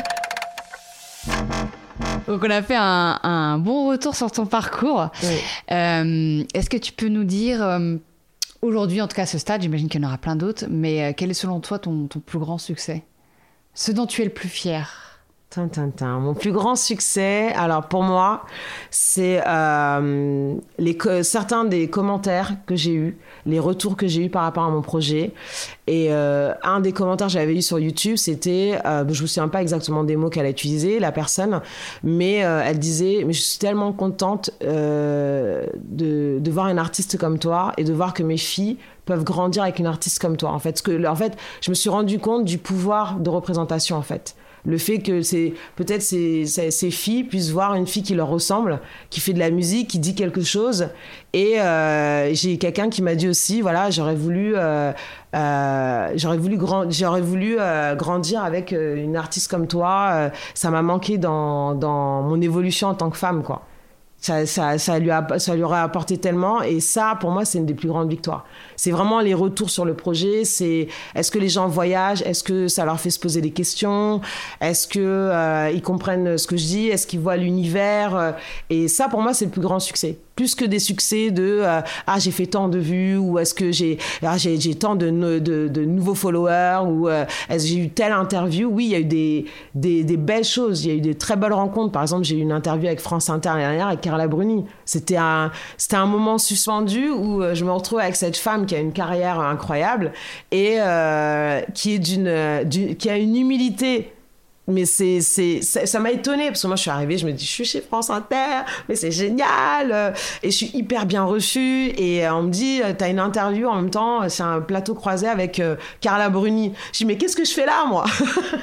Donc on a fait un, un bon retour sur ton parcours. Oui. Euh, est-ce que tu peux nous dire, euh, aujourd'hui en tout cas à ce stade, j'imagine qu'il y en aura plein d'autres, mais euh, quel est selon toi ton, ton plus grand succès? Ce dont tu es le plus fier? Tintintin. Mon plus grand succès, alors pour moi, c'est euh, les, certains des commentaires que j'ai eus, les retours que j'ai eus par rapport à mon projet. Et euh, un des commentaires que j'avais eu sur YouTube, c'était, euh, je ne me souviens pas exactement des mots qu'elle a utilisés, la personne, mais euh, elle disait, mais je suis tellement contente euh, de, de voir un artiste comme toi et de voir que mes filles peuvent grandir avec une artiste comme toi. En fait, parce que, en fait, je me suis rendu compte du pouvoir de représentation, en fait. Le fait que c'est, peut-être ces, ces, ces filles puissent voir une fille qui leur ressemble, qui fait de la musique, qui dit quelque chose. Et euh, j'ai quelqu'un qui m'a dit aussi, voilà, j'aurais voulu, euh, euh, j'aurais voulu, grand, j'aurais voulu euh, grandir avec une artiste comme toi. Euh, ça m'a manqué dans, dans mon évolution en tant que femme, quoi. Ça, ça, ça, lui a, ça lui aurait apporté tellement. Et ça, pour moi, c'est une des plus grandes victoires. C'est vraiment les retours sur le projet. C'est est-ce que les gens voyagent? Est-ce que ça leur fait se poser des questions? Est-ce qu'ils euh, comprennent ce que je dis? Est-ce qu'ils voient l'univers? Et ça, pour moi, c'est le plus grand succès. Plus que des succès de euh, « Ah, j'ai fait tant de vues » ou « Est-ce que j'ai, ah, j'ai, j'ai tant de, de, de nouveaux followers » ou euh, « Est-ce que j'ai eu telle interview ?» Oui, il y a eu des, des, des belles choses. Il y a eu des très belles rencontres. Par exemple, j'ai eu une interview avec France Inter l'année dernière avec Carla Bruni. C'était un, c'était un moment suspendu où je me retrouve avec cette femme qui a une carrière incroyable et euh, qui, est d'une, d'une, qui a une humilité. Mais c'est, c'est, ça, ça m'a étonnée parce que moi je suis arrivée, je me dis je suis chez France Inter, mais c'est génial et je suis hyper bien reçue et on me dit t'as une interview en même temps, c'est un plateau croisé avec euh, Carla Bruni. Je dis mais qu'est-ce que je fais là moi?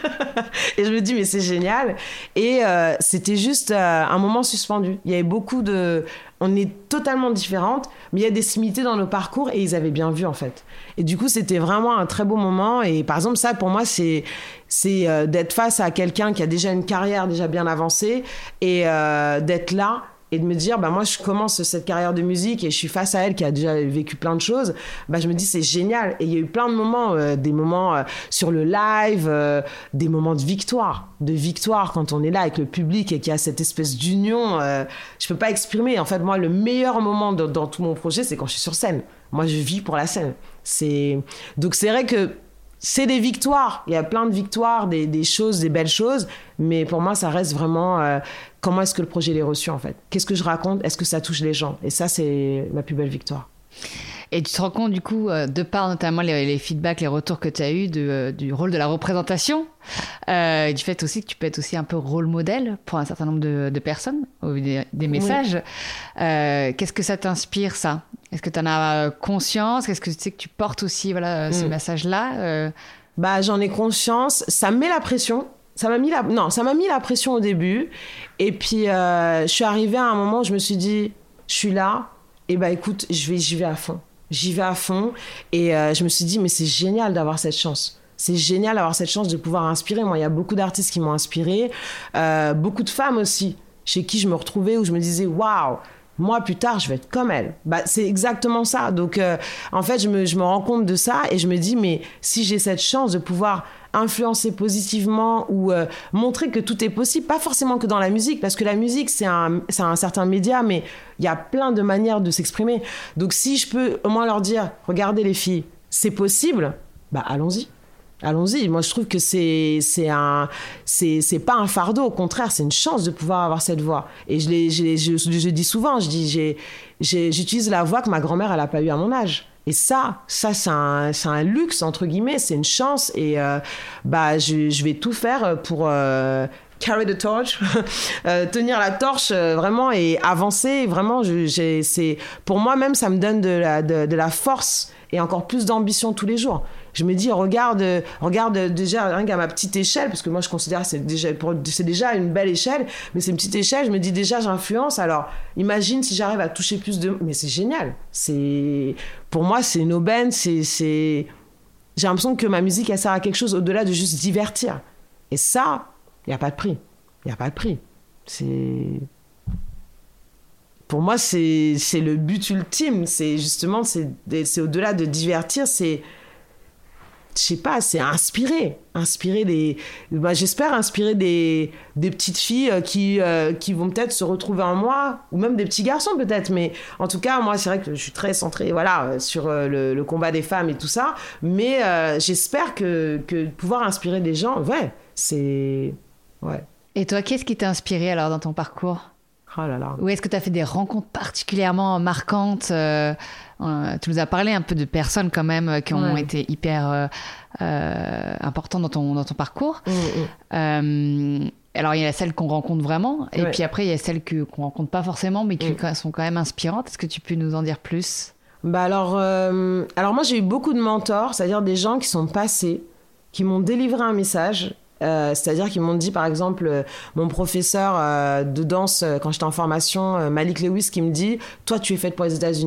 Et je me dis mais c'est génial et euh, c'était juste euh, un moment suspendu. Il y avait beaucoup de On est totalement différentes, mais il y a des similitudes dans nos parcours et ils avaient bien vu en fait. Et du coup, c'était vraiment un très beau moment. Et par exemple, ça pour moi, c'est, c'est euh, d'être face à quelqu'un qui a déjà une carrière déjà bien avancée et euh, d'être là et de me dire, bah moi je commence cette carrière de musique et je suis face à elle qui a déjà vécu plein de choses. Bah je me dis c'est génial. Et il y a eu plein de moments, euh, des moments euh, sur le live, euh, des moments de victoire, de victoire quand on est là avec le public et qu'il y a cette espèce d'union. Euh, je peux pas exprimer. En fait, moi le meilleur moment de, dans tout mon projet, c'est quand je suis sur scène. Moi je vis pour la scène. C'est donc c'est vrai que c'est des victoires. Il y a plein de victoires, des, des choses, des belles choses. Mais pour moi, ça reste vraiment euh, comment est-ce que le projet est reçu, en fait. Qu'est-ce que je raconte? Est-ce que ça touche les gens? Et ça, c'est ma plus belle victoire. Et tu te rends compte, du coup, euh, de par notamment les, les feedbacks, les retours que tu as eus de, euh, du rôle de la représentation, euh, du fait aussi que tu peux être aussi un peu rôle modèle pour un certain nombre de, de personnes, au vu des, des messages. Oui. Euh, qu'est-ce que ça t'inspire, ça? Est-ce que tu en as conscience? Est-ce que tu sais que tu portes aussi voilà, mm. ce message-là euh... Bah, j'en ai conscience. Ça me met la pression. Ça m'a mis la... Non, ça m'a mis la pression au début. Et puis, euh, je suis arrivée à un moment où je me suis dit, je suis là, et bah écoute, je vais, j'y vais à fond. J'y vais à fond. Et euh, je me suis dit, mais c'est génial d'avoir cette chance. C'est génial d'avoir cette chance de pouvoir inspirer. Moi, il y a beaucoup d'artistes qui m'ont inspirée. Euh, beaucoup de femmes aussi, chez qui je me retrouvais, où je me disais, waouh, moi, plus tard, je vais être comme elle. Bah, c'est exactement ça. Donc, euh, en fait, je me, je me rends compte de ça et je me dis, mais si j'ai cette chance de pouvoir influencer positivement ou euh, montrer que tout est possible, pas forcément que dans la musique, parce que la musique, c'est un, c'est un certain média, mais il y a plein de manières de s'exprimer. Donc, si je peux au moins leur dire, regardez les filles, c'est possible, bah allons-y. Allons-y. Moi, je trouve que c'est, c'est, un, c'est, c'est pas un fardeau. Au contraire, c'est une chance de pouvoir avoir cette voix. Et je, l'ai, je, l'ai, je, je dis souvent, je dis, j'ai, j'ai, j'utilise la voix que ma grand-mère, elle n'a pas eue à mon âge. Et ça, ça c'est un, c'est un luxe, entre guillemets, c'est une chance. Et euh, bah, je, je vais tout faire pour euh, carry the torch, euh, tenir la torche euh, vraiment et avancer. Vraiment, je, j'ai, c'est, pour moi même, ça me donne de la, de, de la force et encore plus d'ambition tous les jours. Je me dis, regarde, regarde déjà rien qu'à ma petite échelle, parce que moi je considère que c'est déjà, c'est déjà une belle échelle, mais c'est une petite échelle, je me dis déjà j'influence, alors imagine si j'arrive à toucher plus de... Mais c'est génial, c'est... Pour moi c'est une aubaine, c'est, c'est... J'ai l'impression que ma musique elle sert à quelque chose au-delà de juste divertir. Et ça, il n'y a pas de prix, il n'y a pas de prix. C'est... Pour moi c'est, c'est le but ultime, c'est justement, c'est, c'est au-delà de divertir, c'est... Je sais pas, c'est inspirer, inspirer des, bah, j'espère inspirer des, des petites filles qui, euh, qui vont peut-être se retrouver en moi, ou même des petits garçons peut-être, mais en tout cas, moi, c'est vrai que je suis très centrée, voilà, sur euh, le, le combat des femmes et tout ça, mais euh, j'espère que, que pouvoir inspirer des gens, ouais, c'est, ouais. Et toi, qu'est-ce qui t'a inspiré alors dans ton parcours? Oh là là. Ou est-ce que tu as fait des rencontres particulièrement marquantes? euh, euh, Tu nous as parlé un peu de personnes quand même qui ont ouais. été hyper euh, euh, importantes dans ton, dans ton parcours. Mmh, mmh. Euh, alors, il y a celles qu'on rencontre vraiment. Et ouais. puis après, il y a celles que, qu'on ne rencontre pas forcément, mais qui mmh. sont quand même inspirantes. Est-ce que tu peux nous en dire plus? Bah alors, euh, alors, moi, j'ai eu beaucoup de mentors, c'est-à-dire des gens qui sont passés, qui m'ont délivré un message. Euh, c'est-à-dire qu'ils m'ont dit, par exemple, euh, mon professeur euh, de danse, euh, quand j'étais en formation, euh, Malik Lewis, qui me dit « Toi, tu es faite pour les États-Unis ».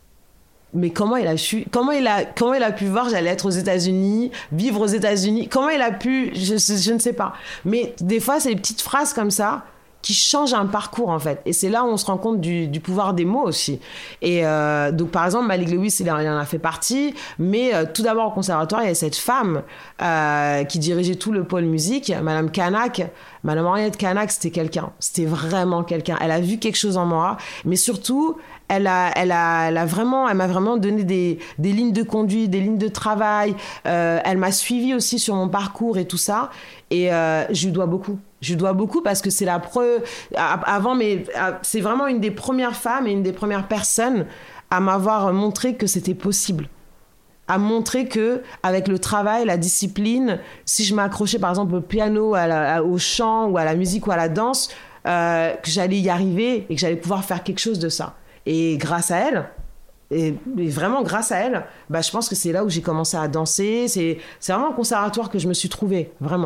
Mais comment il a su, comment il a, comment il a pu voir que j'allais être aux États-Unis, vivre aux États-Unis? Comment il a pu, je, je ne sais pas. Mais des fois, c'est des petites phrases comme ça qui changent un parcours, en fait. Et c'est là où on se rend compte du, du pouvoir des mots aussi. Et euh, donc, par exemple, Malik Lewis, il en a fait partie. Mais euh, tout d'abord, au conservatoire, il y avait cette femme euh, qui dirigeait tout le pôle musique, Madame Kanak. Madame Henriette Kanak, c'était quelqu'un. C'était vraiment quelqu'un. Elle a vu quelque chose en moi. Mais surtout, elle a, elle a, elle a vraiment, elle m'a vraiment donné des, des lignes de conduite, des lignes de travail. Euh, elle m'a suivie aussi sur mon parcours et tout ça. Et euh, je lui dois beaucoup. Je lui dois beaucoup parce que c'est la preuve. Avant, mais c'est vraiment une des premières femmes et une des premières personnes à m'avoir montré que c'était possible. À montrer que, avec le travail, la discipline, si je m'accrochais par exemple au piano, à la, au chant ou à la musique ou à la danse, euh, que j'allais y arriver et que j'allais pouvoir faire quelque chose de ça. Et grâce à elle, et, et vraiment grâce à elle, bah, je pense que c'est là où j'ai commencé à danser. C'est, c'est vraiment un conservatoire que je me suis trouvée, vraiment.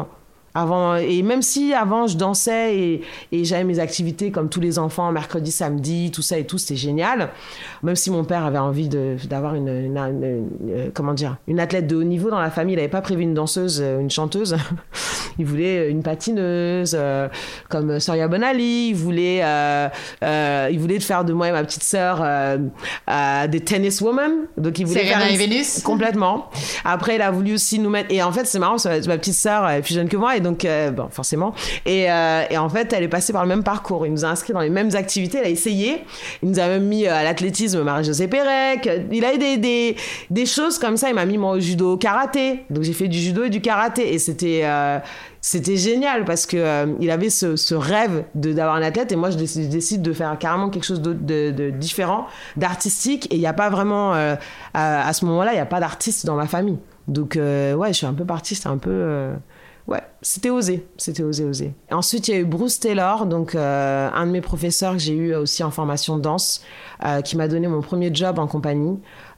Avant, et même si avant je dansais et, et j'avais mes activités comme tous les enfants, mercredi, samedi, tout ça et tout, c'était génial. Même si mon père avait envie de, d'avoir une, une, une, une, comment dire, une athlète de haut niveau dans la famille, il n'avait pas prévu une danseuse, une chanteuse. Il voulait une patineuse euh, comme Soria Bonali. Il voulait, euh, euh, il voulait faire de moi et ma petite sœur euh, euh, des tennis women. Donc il voulait Serena faire et Vénus. Complètement. Après, il a voulu aussi nous mettre. Et en fait, c'est marrant, parce que ma petite sœur est plus jeune que moi. Et donc, euh, bon, forcément. Et, euh, et en fait, elle est passée par le même parcours. Il nous a inscrits dans les mêmes activités. Elle a essayé. Il nous a même mis à l'athlétisme Marie-Josée Pérec. Il a eu des, des, des choses comme ça. Il m'a mis moi au judo, au karaté. Donc, j'ai fait du judo et du karaté. Et c'était, euh, c'était génial parce qu'il euh, avait ce, ce rêve de, d'avoir un athlète. Et moi, je décide, je décide de faire carrément quelque chose de, de, de différent, d'artistique. Et il n'y a pas vraiment, euh, à, à ce moment-là, il n'y a pas d'artiste dans ma famille. Donc, euh, ouais, je suis un peu partie. C'était un peu. Euh, Ouais, c'était osé, c'était osé, osé. Et ensuite, il y a eu Bruce Taylor, donc euh, un de mes professeurs que j'ai eu aussi en formation de danse, euh, qui m'a donné mon premier job en compagnie,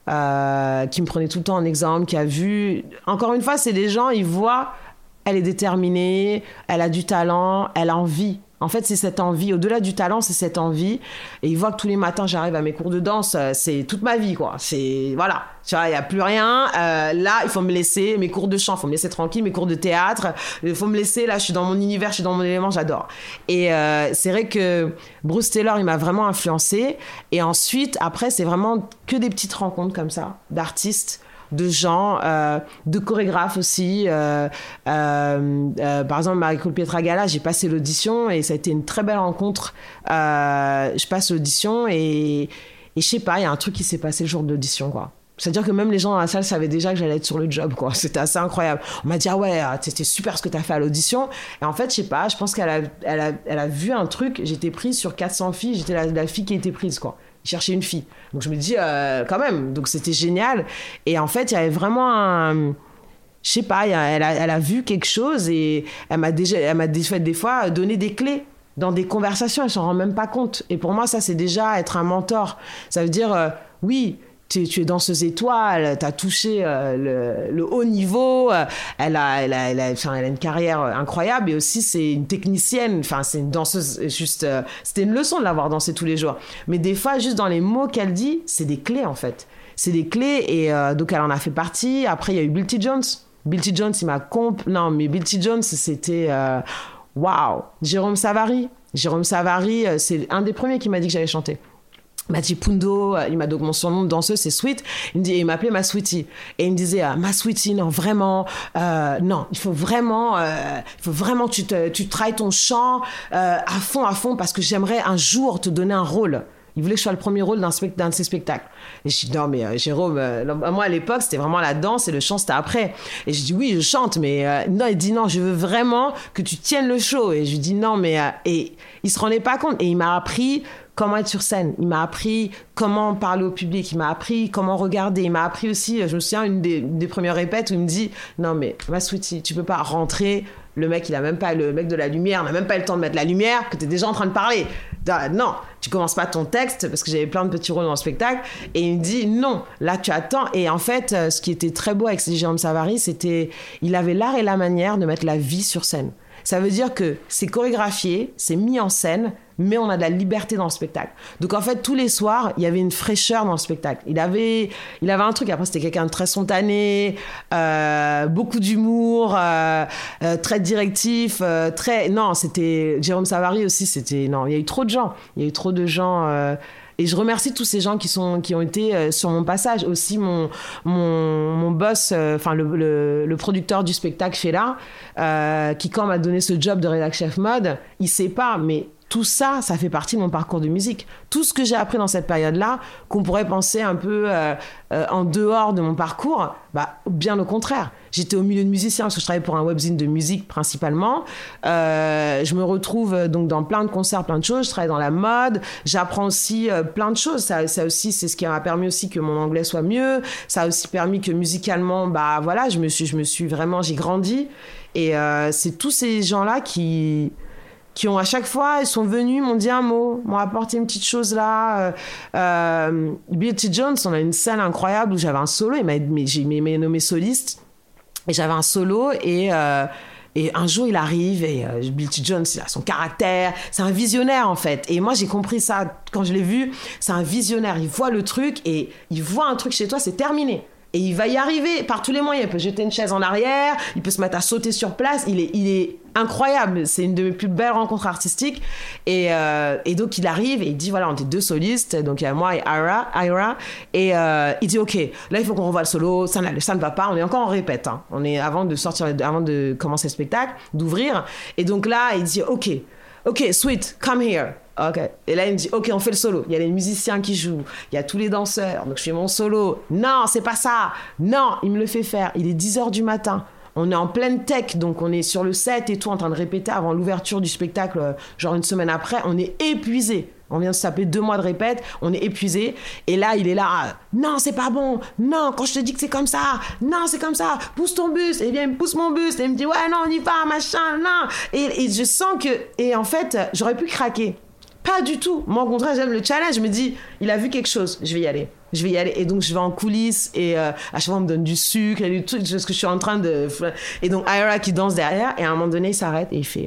euh, qui me prenait tout le temps en exemple, qui a vu... Encore une fois, c'est des gens, ils voient, elle est déterminée, elle a du talent, elle a envie. En fait, c'est cette envie. Au-delà du talent, c'est cette envie. Et ils voient que tous les matins, j'arrive à mes cours de danse. C'est toute ma vie, quoi. C'est... Voilà. Tu vois, il n'y a plus rien. Euh, là, il faut me laisser. Mes cours de chant, il faut me laisser tranquille. Mes cours de théâtre, il faut me laisser. Là, je suis dans mon univers, je suis dans mon élément, j'adore. Et euh, c'est vrai que Bruce Taylor, il m'a vraiment influencée. Et ensuite, après, c'est vraiment que des petites rencontres comme ça, d'artistes, de gens, euh, de chorégraphes aussi. Euh, euh, euh, par exemple, Marie-Claude Pietragala, j'ai passé l'audition et ça a été une très belle rencontre. Euh, je passe l'audition et, et je sais pas, il y a un truc qui s'est passé le jour de l'audition, quoi. C'est-à-dire que même les gens dans la salle savaient déjà que j'allais être sur le job, quoi. C'était assez incroyable. On m'a dit, ah ouais, c'était super ce que t'as fait à l'audition. Et en fait, je sais pas, je pense qu'elle a, elle a, elle a vu un truc. J'étais prise sur quatre cents filles, j'étais la, la fille qui était prise, quoi. Chercher une fille. Donc je me dis, euh, quand même, donc c'était génial. Et en fait, il y avait vraiment un... Je sais pas, elle a, elle a vu quelque chose et elle m'a déjà, elle m'a des, des fois donné des clés dans des conversations, elle s'en rend même pas compte. Et pour moi, ça, c'est déjà être un mentor. Ça veut dire, euh, oui... Tu, tu es danseuse étoile, tu as touché euh, le, le haut niveau, euh, elle, a, elle, a, elle, a, enfin, elle a une carrière incroyable et aussi c'est une technicienne, enfin, c'est une danseuse, juste, euh, c'était une leçon de l'avoir dansé tous les jours. Mais des fois, juste dans les mots qu'elle dit, c'est des clés en fait. C'est des clés et euh, donc elle en a fait partie. Après, il y a eu Bill T. Jones. Bill T. Jones, il m'a comp... Non, mais Bill T. Jones, c'était... Waouh wow. Jérôme Savary. Jérôme Savary, c'est un des premiers qui m'a dit que j'allais chanter. Il m'a dit Pundo, il m'a donc mon surnom de danseuse c'est Sweet. Il me dit, il m'appelait ma Sweetie et il me disait ah, ma Sweetie non vraiment euh, non il faut vraiment euh, il faut vraiment que tu te tu travailles ton chant euh, à fond à fond parce que j'aimerais un jour te donner un rôle. Il voulait que je sois le premier rôle d'un, spect- d'un de ses spectacles. Et je dis, non, mais euh, Jérôme, euh, moi à l'époque, c'était vraiment la danse et le chant, c'était après. Et je dis, oui, je chante, mais euh, non, il dit, non, je veux vraiment que tu tiennes le show. Et je lui dis, non, mais. Euh, et il se rendait pas compte. Et il m'a appris comment être sur scène. Il m'a appris comment parler au public. Il m'a appris comment regarder. Il m'a appris aussi, je me souviens, une des, une des premières répètes où il me dit, non, mais ma Sweetie, tu peux pas rentrer. Le mec, il a même pas, le mec de la lumière n'a même pas eu le temps de mettre la lumière, que t'es déjà en train de parler. Non, tu commences pas ton texte, parce que j'avais plein de petits rôles dans le spectacle. Et il me dit, non, là, tu attends. Et en fait, ce qui était très beau avec Jérôme Savary, c'était, il avait l'art et la manière de mettre la vie sur scène. Ça veut dire que c'est chorégraphié, c'est mis en scène, mais on a de la liberté dans le spectacle. Donc en fait, tous les soirs, il y avait une fraîcheur dans le spectacle. Il avait, il avait un truc, après c'était quelqu'un de très spontané, euh, beaucoup d'humour, euh, euh, très directif, euh, très... Non, c'était... Jérôme Savary aussi, c'était... Non, il y a eu trop de gens. Il y a eu trop de gens... Euh... Et je remercie tous ces gens qui, sont, qui ont été euh, sur mon passage. Aussi, mon, mon, mon boss, enfin euh, le, le, le producteur du spectacle, Fela, euh, qui, quand m'a donné ce job de rédac chef mode, il sait pas, mais tout ça, ça fait partie de mon parcours de musique. Tout ce que j'ai appris dans cette période-là, qu'on pourrait penser un peu euh, euh, en dehors de mon parcours, bah, bien au contraire. J'étais au milieu de musiciens, parce que je travaillais pour un webzine de musique principalement. Euh, je me retrouve donc dans plein de concerts, plein de choses. Je travaille dans la mode. J'apprends aussi euh, plein de choses. Ça, ça aussi, c'est ce qui m'a permis aussi que mon anglais soit mieux. Ça a aussi permis que musicalement, bah voilà, je me suis, je me suis vraiment, j'ai grandi. Et euh, c'est tous ces gens-là qui... qui ont à chaque fois, ils sont venus, m'ont dit un mot, m'ont apporté une petite chose là. Euh, euh, Bill T. Jones, on a une scène incroyable où j'avais un solo, il m'a, j'ai, il m'a nommé soliste, et j'avais un solo, et, euh, Et un jour, il arrive et euh, Billy Jones, il a son caractère. C'est un visionnaire, en fait. Et moi, j'ai compris ça quand je l'ai vu. C'est un visionnaire. Il voit le truc et il voit un truc chez toi, c'est terminé. Et il va y arriver par tous les moyens. Il peut jeter une chaise en arrière, il peut se mettre à sauter sur place. Il est, il est incroyable. C'est une de mes plus belles rencontres artistiques. Et, euh, et donc, il arrive et il dit, voilà, on était deux solistes. Donc, il y a moi et Ira. Ira et euh, il dit, OK, là, il faut qu'on revoie le solo. Ça, ça ne va pas. On est encore en répète. Hein. On est avant de sortir, avant de commencer le spectacle, d'ouvrir. Et donc là, il dit, OK, OK, sweet, come here. Ok. Et là, il me dit, ok, on fait le solo. Il y a les musiciens qui jouent, il y a tous les danseurs. Donc, je fais mon solo. Non, c'est pas ça. Non, il me le fait faire. Il est dix heures du matin. On est en pleine tech, donc on est sur le set et tout, en train de répéter avant l'ouverture du spectacle, genre une semaine après. On est épuisé. On vient de se taper deux mois de répète, on est épuisé. Et là, il est là, non, c'est pas bon. Non, quand je te dis que c'est comme ça. Non, c'est comme ça. Pousse ton bus. Et bien, il me pousse mon bus. Et il me dit, ouais, non, on y va, machin, non. Et, et je sens que... Et en fait, j'aurais pu craquer. Pas du tout. Moi, au contraire, j'aime le challenge. Je me dis, il a vu quelque chose, je vais y aller. Je vais y aller. Et donc, je vais en coulisses et euh, à chaque fois, on me donne du sucre et du truc, parce que je suis en train de... Et donc, Ira qui danse derrière, et à un moment donné, il s'arrête et il fait,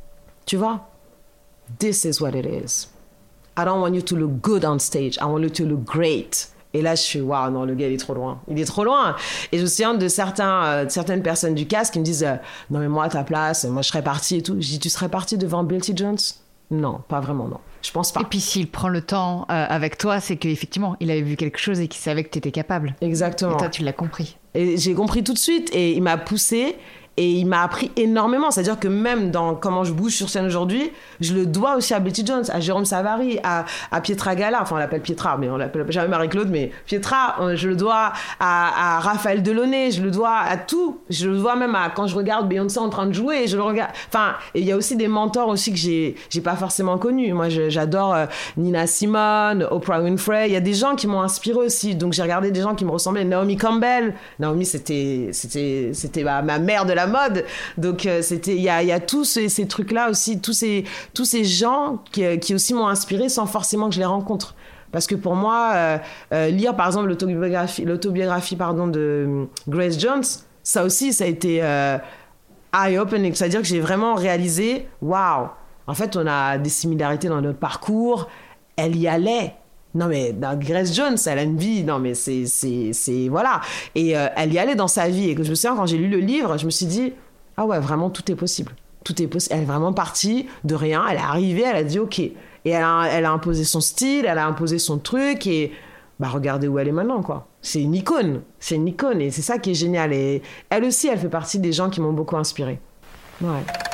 tu vois, this is what it is. I don't want you to look good on stage. I want you to look great. Et là, je suis, waouh, non, le gars, il est trop loin. Il est trop loin. Et je me souviens de certains, euh, certaines personnes du cast qui me disent, euh, non, mais moi, à ta place, moi, je serais partie et tout. Je dis, tu serais partie devant Billy Jones? Non, pas vraiment, non. Je pense pas. Et puis s'il prend le temps euh, avec toi, c'est qu'effectivement, il avait vu quelque chose et qu'il savait que tu étais capable. Exactement. Et toi, tu l'as compris. Et j'ai compris tout de suite et il m'a poussée et il m'a appris énormément. C'est-à-dire que même dans comment je bouge sur scène aujourd'hui, je le dois aussi à Billy Jones, à Jérôme Savary, à, à Pietra Gala. Enfin, on l'appelle Pietra, mais on l'appelle jamais Marie-Claude, mais Pietra, je le dois à, à Raphaël Delaunay, je le dois à tout. Je le dois même à quand je regarde Beyoncé en train de jouer, je le regarde. Enfin, il y a aussi des mentors aussi que j'ai, j'ai pas forcément connus. Moi, je, j'adore euh, Nina Simone, Oprah Winfrey. Il y a des gens qui m'ont inspiré aussi. Donc, j'ai regardé des gens qui me ressemblaient. Naomi Campbell. Naomi, c'était, c'était, c'était ma, ma mère de la mode. Donc euh, c'était il y a il y a tous ces, ces trucs là aussi, tous ces tous ces gens qui, qui aussi m'ont inspiré sans forcément que je les rencontre. Parce que pour moi euh, euh, lire par exemple l'autobiographie l'autobiographie pardon de Grace Jones, ça aussi ça a été euh, eye opening, c'est-à-dire que j'ai vraiment réalisé waouh, en fait on a des similarités dans notre parcours, elle y allait. Non mais Grace Jones, elle a une vie, non mais c'est, c'est, c'est voilà. Et euh, elle y allait dans sa vie. Et que je me souviens, quand j'ai lu le livre, je me suis dit, ah ouais, vraiment, tout est possible. Tout est possible. Elle est vraiment partie de rien, elle est arrivée, elle a dit ok. Et elle a, elle a imposé son style, elle a imposé son truc, et bah regardez où elle est maintenant, quoi. C'est une icône, c'est une icône, et c'est ça qui est génial. Et elle aussi, elle fait partie des gens qui m'ont beaucoup inspirée. Ouais.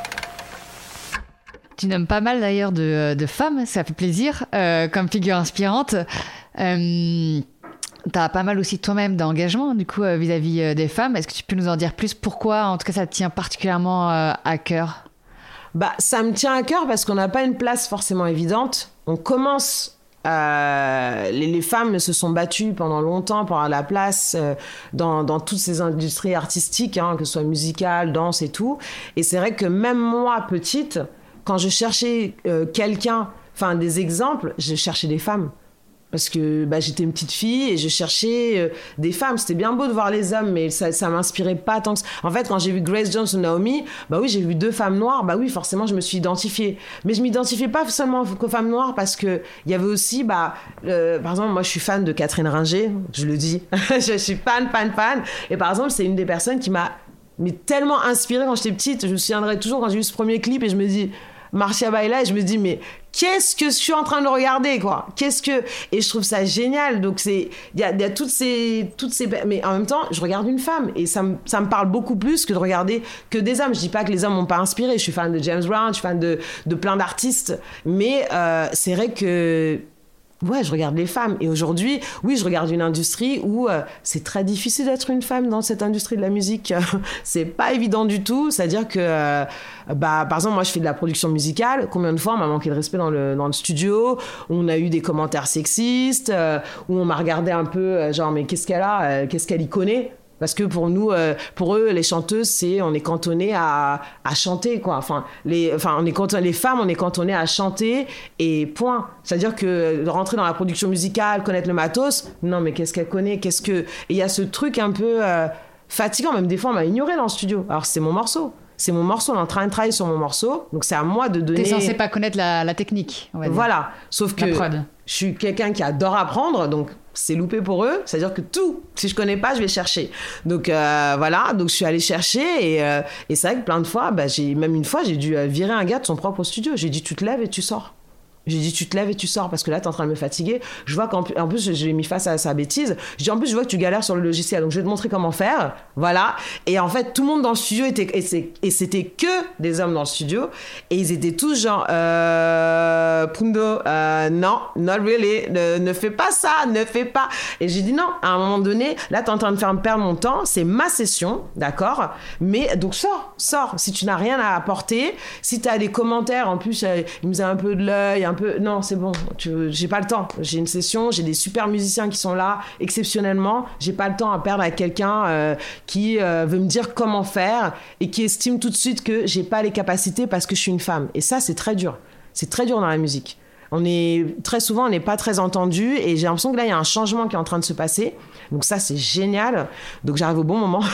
Tu nommes pas mal d'ailleurs de, de femmes, ça fait plaisir, euh, comme figure inspirante. Euh, t'as pas mal aussi toi-même d'engagement, du coup, euh, vis-à-vis euh, des femmes. Est-ce que tu peux nous en dire plus? Pourquoi, en tout cas, ça te tient particulièrement euh, à cœur? Bah, ça me tient à cœur parce qu'on n'a pas une place forcément évidente. On commence... Euh, les, les femmes se sont battues pendant longtemps pour avoir la place euh, dans, dans toutes ces industries artistiques, hein, que ce soit musicale, danse et tout. Et c'est vrai que même moi, petite... Quand je cherchais euh, quelqu'un, enfin des exemples, je cherchais des femmes. Parce que bah, j'étais une petite fille et je cherchais euh, des femmes. C'était bien beau de voir les hommes, mais ça, ça m'inspirait pas tant que ça. En fait, quand j'ai vu Grace Jones ou Naomi, bah oui, j'ai vu deux femmes noires. Bah oui, forcément, je me suis identifiée. Mais je m'identifiais pas seulement aux femmes noires parce que il y avait aussi, bah, euh, par exemple, moi, je suis fan de Catherine Ringer. Je le dis, je suis fan, fan, fan. Et par exemple, c'est une des personnes qui m'a mais tellement inspirée quand j'étais petite. Je me souviendrai toujours quand j'ai vu ce premier clip et je me dis Marcia Baila, et je me dis mais qu'est-ce que je suis en train de regarder, quoi, qu'est-ce que... Et je trouve ça génial. Donc c'est il y a, y a toutes ces toutes ces mais en même temps je regarde une femme et ça me ça me parle beaucoup plus que de regarder que des hommes. Je dis pas que les hommes m'ont pas inspiré, je suis fan de James Brown, je suis fan de de plein d'artistes, mais euh, c'est vrai que ouais, je regarde les femmes. Et aujourd'hui, oui, je regarde une industrie où euh, c'est très difficile d'être une femme dans cette industrie de la musique. C'est pas évident du tout. C'est-à-dire que, euh, bah, par exemple, moi, je fais de la production musicale. Combien de fois on m'a manqué de respect dans le, dans le studio, où on a eu des commentaires sexistes, euh, où on m'a regardé un peu, euh, genre, mais qu'est-ce qu'elle a euh, Qu'est-ce qu'elle y connaît? Parce que pour nous, euh, pour eux, les chanteuses, c'est on est cantonné à, à chanter, quoi. Enfin, les, enfin, on est cantonné, les femmes, on est cantonné à chanter et point. C'est-à-dire que de rentrer dans la production musicale, connaître le matos, non, mais qu'est-ce qu'elle connaît? Qu'est-ce que... Et il y a ce truc un peu euh, fatigant. Même des fois, on m'a ignoré dans le studio. Alors, c'est mon morceau. c'est mon morceau, on est en train de travailler sur mon morceau, donc c'est à moi de donner... T'es censé pas connaître la, la technique, on va dire. Voilà, sauf que je suis quelqu'un qui adore apprendre, donc c'est loupé pour eux, c'est-à-dire que tout, si je connais pas, je vais chercher. Donc euh, voilà, donc je suis allée chercher, et, euh, et c'est vrai que plein de fois, bah, j'ai, même une fois, j'ai dû virer un gars de son propre studio. J'ai dit, tu te lèves et tu sors. J'ai dit, tu te lèves et tu sors parce que là, t'es en train de me fatiguer. Je vois qu'en en plus, je l'ai mis face à sa bêtise. Je dis, en plus, je vois que tu galères sur le logiciel, donc je vais te montrer comment faire. Voilà. Et en fait, tout le monde dans le studio était, et, c'est, et c'était que des hommes dans le studio. Et ils étaient tous genre, euh, Pundo, euh, non, not really, ne, ne fais pas ça, ne fais pas. Et j'ai dit, non, à un moment donné, là, t'es en train de faire me perdre mon temps. C'est ma session, d'accord? Mais donc, sors, sors. Si tu n'as rien à apporter, si t'as des commentaires, en plus, euh, il me faisait un peu de l'œil, un peu, non, c'est bon, tu, j'ai pas le temps. J'ai une session, j'ai des super musiciens qui sont là exceptionnellement. J'ai pas le temps à perdre avec quelqu'un euh, qui euh, veut me dire comment faire et qui estime tout de suite que j'ai pas les capacités parce que je suis une femme. Et ça, c'est très dur. C'est très dur dans la musique. On est très souvent, on n'est pas très entendu, et j'ai l'impression que là, il y a un changement qui est en train de se passer. Donc ça, c'est génial. Donc j'arrive au bon moment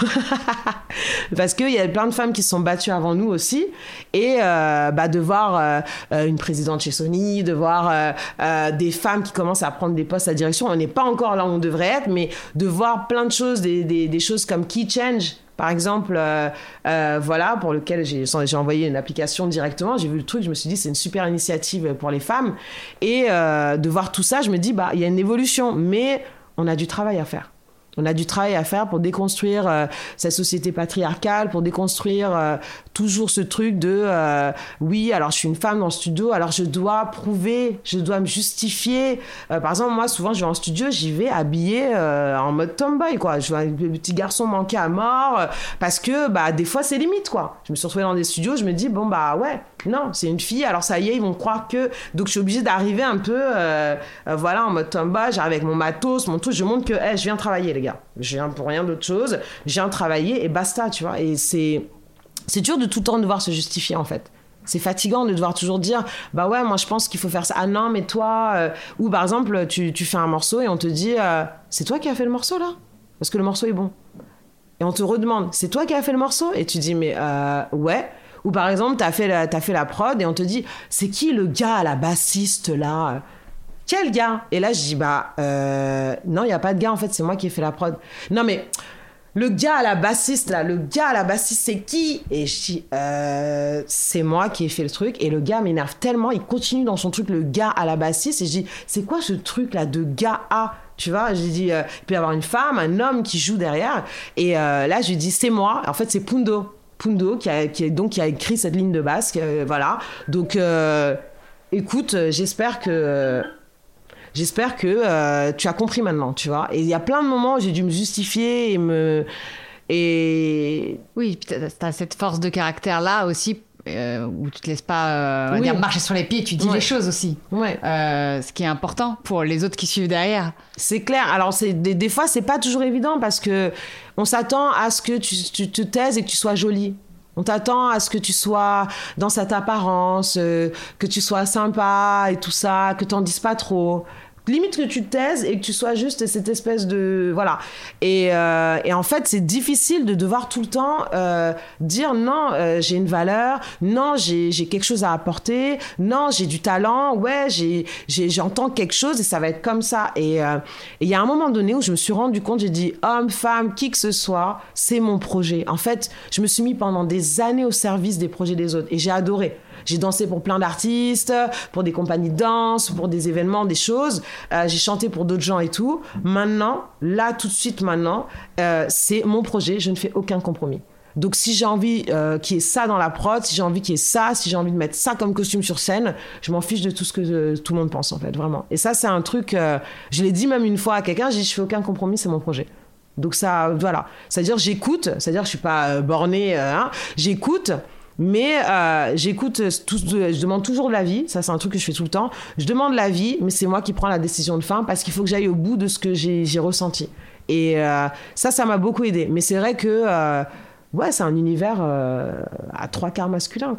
parce qu'il y a plein de femmes qui se sont battues avant nous aussi, et euh, bah, de voir euh, une présidente chez Sony, de voir euh, euh, des femmes qui commencent à prendre des postes à direction. On n'est pas encore là où on devrait être, mais de voir plein de choses, des, des, des choses comme Key Change, par exemple, euh, euh, voilà, pour lequel j'ai, j'ai envoyé une application directement. J'ai vu le truc, je me suis dit, c'est une super initiative pour les femmes. Et euh, de voir tout ça, je me dis, bah, il y a une évolution, mais on a du travail à faire. On a du travail à faire pour déconstruire euh, cette société patriarcale, pour déconstruire euh, toujours ce truc de euh, oui, alors je suis une femme dans le studio, alors je dois prouver, je dois me justifier. Euh, par exemple, moi, souvent, je vais en studio, j'y vais habillée euh, en mode tomboy, quoi. Je vois un petit garçon manquer à mort euh, parce que bah, des fois, c'est limite, quoi. Je me suis retrouvée dans des studios, je me dis, bon, bah ouais, non, c'est une fille, alors ça y est, ils vont croire que... Donc, je suis obligée d'arriver un peu, euh, euh, voilà, en mode tomboy, j'arrive avec mon matos, mon truc, je montre que hey, je viens travailler, les gars. Je viens pour rien d'autre chose, je viens travailler et basta, tu vois. Et c'est, c'est dur de tout le temps devoir se justifier, en fait. C'est fatigant de devoir toujours dire, bah ouais, moi je pense qu'il faut faire ça. Ah non, mais toi... Euh... Ou par exemple, tu, tu fais un morceau et on te dit, euh, c'est toi qui as fait le morceau, là? Parce que le morceau est bon. Et on te redemande, c'est toi qui as fait le morceau? Et tu dis, mais euh, ouais. Ou par exemple, t'as fait, la, t'as fait la prod et on te dit, c'est qui le gars à la bassiste, là? Quel gars? Et là, je dis, bah, euh, non, il n'y a pas de gars, en fait, c'est moi qui ai fait la prod. Non, mais le gars à la bassiste, là, le gars à la bassiste, c'est qui? Et je dis, euh, c'est moi qui ai fait le truc. Et le gars m'énerve tellement, il continue dans son truc, le gars à la bassiste. Et je dis, c'est quoi ce truc-là de gars à? Tu vois, j'ai dit, euh, il peut y avoir une femme, un homme qui joue derrière. Et euh, là, je lui dis, c'est moi. En fait, c'est Pundo. Pundo qui a, qui, donc, qui a écrit cette ligne de basse. Euh, voilà. Donc, euh, écoute, j'espère que... J'espère que euh, tu as compris maintenant, tu vois. Et il y a plein de moments où j'ai dû me justifier et me... Et... Oui, puis tu as cette force de caractère-là aussi, euh, où tu te laisses pas euh, on va oui. dire, marcher sur les pieds, tu dis ouais. les choses aussi. Ouais. Euh, ce qui est important pour les autres qui suivent derrière. C'est clair. Alors, c'est, des, des fois, c'est pas toujours évident parce qu'on s'attend à ce que tu, tu te taises et que tu sois jolie. On t'attend à ce que tu sois dans cette apparence, euh, que tu sois sympa et tout ça, que t'en dises pas trop. Limite que tu te taises et que tu sois juste cette espèce de... Voilà. Et, euh, et en fait, c'est difficile de devoir tout le temps euh, dire non, euh, j'ai une valeur, non, j'ai, j'ai quelque chose à apporter, non, j'ai du talent, ouais, j'ai, j'ai, j'entends quelque chose et ça va être comme ça. Et il euh, y a un moment donné où je me suis rendu compte, j'ai dit, homme, femme, qui que ce soit, c'est mon projet. En fait, je me suis mis pendant des années au service des projets des autres et j'ai adoré. J'ai dansé pour plein d'artistes, pour des compagnies de danse, pour des événements, des choses. Euh, j'ai chanté pour d'autres gens et tout. Maintenant, là, tout de suite maintenant, euh, c'est mon projet. Je ne fais aucun compromis. Donc, si j'ai envie euh, qu'il y ait ça dans la prod, si j'ai envie qu'il y ait ça, si j'ai envie de mettre ça comme costume sur scène, je m'en fiche de tout ce que euh, tout le monde pense, en fait, vraiment. Et ça, c'est un truc... Euh, je l'ai dit même une fois à quelqu'un, j'ai dit, je fais aucun compromis, c'est mon projet. Donc, ça, voilà. C'est-à-dire, j'écoute. C'est-à-dire, je ne suis pas euh, bornée. Euh, hein, j'écoute... Mais euh, j'écoute, tout, je demande toujours l'avis, ça c'est un truc que je fais tout le temps. Je demande l'avis, mais c'est moi qui prends la décision de fin parce qu'il faut que j'aille au bout de ce que j'ai, j'ai ressenti. Et euh, ça, ça m'a beaucoup aidé. Mais c'est vrai que euh, ouais, c'est un univers euh, à trois quarts masculin, quoi.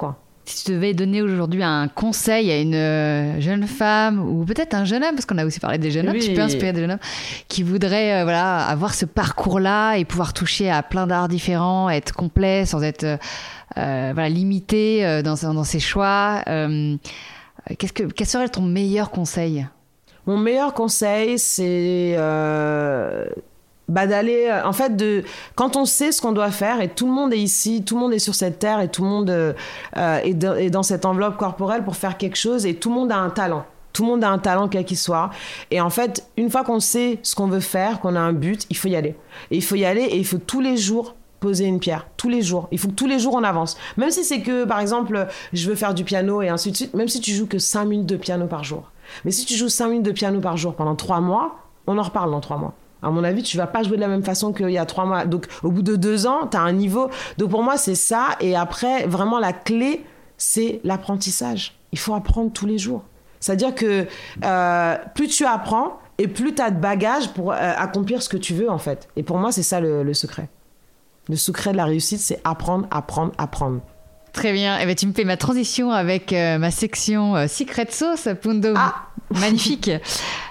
Si tu devais donner aujourd'hui un conseil à une euh, jeune femme ou peut-être un jeune homme, parce qu'on a aussi parlé des jeunes hommes, oui. tu peux inspirer des jeunes hommes qui voudraient euh, voilà, avoir ce parcours-là et pouvoir toucher à plein d'arts différents, être complet sans être euh, voilà, limité euh, dans, dans ses choix. Euh, qu'est-ce que, quel serait ton meilleur conseil ? Mon meilleur conseil, c'est euh, bah d'aller... En fait, de, quand on sait ce qu'on doit faire, et tout le monde est ici, tout le monde est sur cette terre, et tout le monde euh, est, de, est dans cette enveloppe corporelle pour faire quelque chose, et tout le monde a un talent. Tout le monde a un talent, quel qu'il soit. Et en fait, une fois qu'on sait ce qu'on veut faire, qu'on a un but, il faut y aller. Et il faut y aller, et il faut tous les jours poser une pierre, tous les jours. Il faut que tous les jours on avance. Même si c'est que, par exemple, je veux faire du piano et ainsi de suite, même si tu joues que cinq minutes de piano par jour. Mais si tu joues cinq minutes de piano par jour pendant trois mois, on en reparle dans trois mois. À mon avis, tu vas pas jouer de la même façon qu'il y a trois mois. Donc, au bout de deux ans, tu as un niveau. Donc, pour moi, c'est ça. Et après, vraiment, la clé, c'est l'apprentissage. Il faut apprendre tous les jours. C'est-à-dire que euh, plus tu apprends et plus tu as de bagages pour euh, accomplir ce que tu veux, en fait. Et pour moi, c'est ça le, le secret. Le secret de la réussite, c'est apprendre, apprendre, apprendre. Très bien. Eh bien, tu me fais ma transition avec euh, ma section euh, Secret Sauce, Pundo. Ah Magnifique. euh,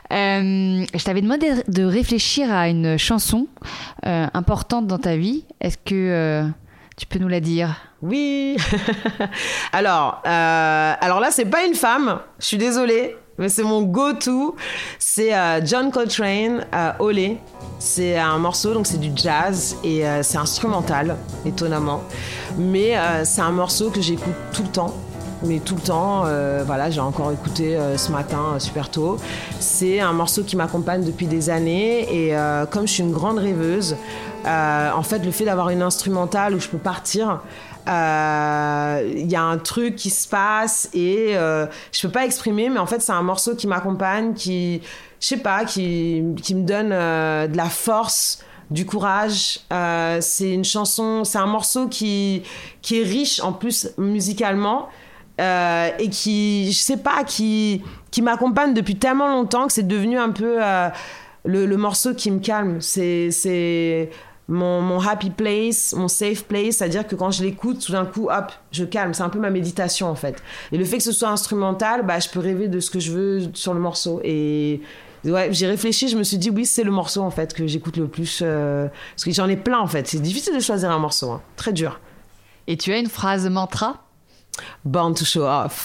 je t'avais demandé de réfléchir à une chanson euh, importante dans ta vie. Est-ce que euh, tu peux nous la dire ? Oui. alors, euh, alors là, c'est pas une femme. Je suis désolée, mais c'est mon go-to. C'est euh, John Coltrane, euh, Olé. C'est un morceau, donc c'est du jazz et euh, c'est instrumental, étonnamment. Mais euh, c'est un morceau que j'écoute tout le temps. Mais tout le temps, euh, voilà, j'ai encore écouté euh, ce matin euh, super tôt. C'est un morceau qui m'accompagne depuis des années et euh, comme je suis une grande rêveuse, euh, en fait, le fait d'avoir une instrumentale où je peux partir, il euh, y a un truc qui se passe et euh, je peux pas exprimer, mais en fait, c'est un morceau qui m'accompagne, qui, je sais pas, qui, qui me donne euh, de la force, du courage. Euh, c'est une chanson, c'est un morceau qui, qui est riche en plus musicalement. Euh, et qui, je sais pas, qui, qui m'accompagne depuis tellement longtemps que c'est devenu un peu euh, le, le morceau qui me calme. C'est, c'est mon, mon happy place, mon safe place, c'est-à-dire que quand je l'écoute, tout d'un coup, hop, je calme. C'est un peu ma méditation, en fait. Et le fait que ce soit instrumental, bah, je peux rêver de ce que je veux sur le morceau. Et ouais, j'ai réfléchi, je me suis dit, oui, c'est le morceau, en fait, que j'écoute le plus. Euh, parce que j'en ai plein, en fait. C'est difficile de choisir un morceau, hein. Très dur. Et tu as une phrase mantra ? Born to show off.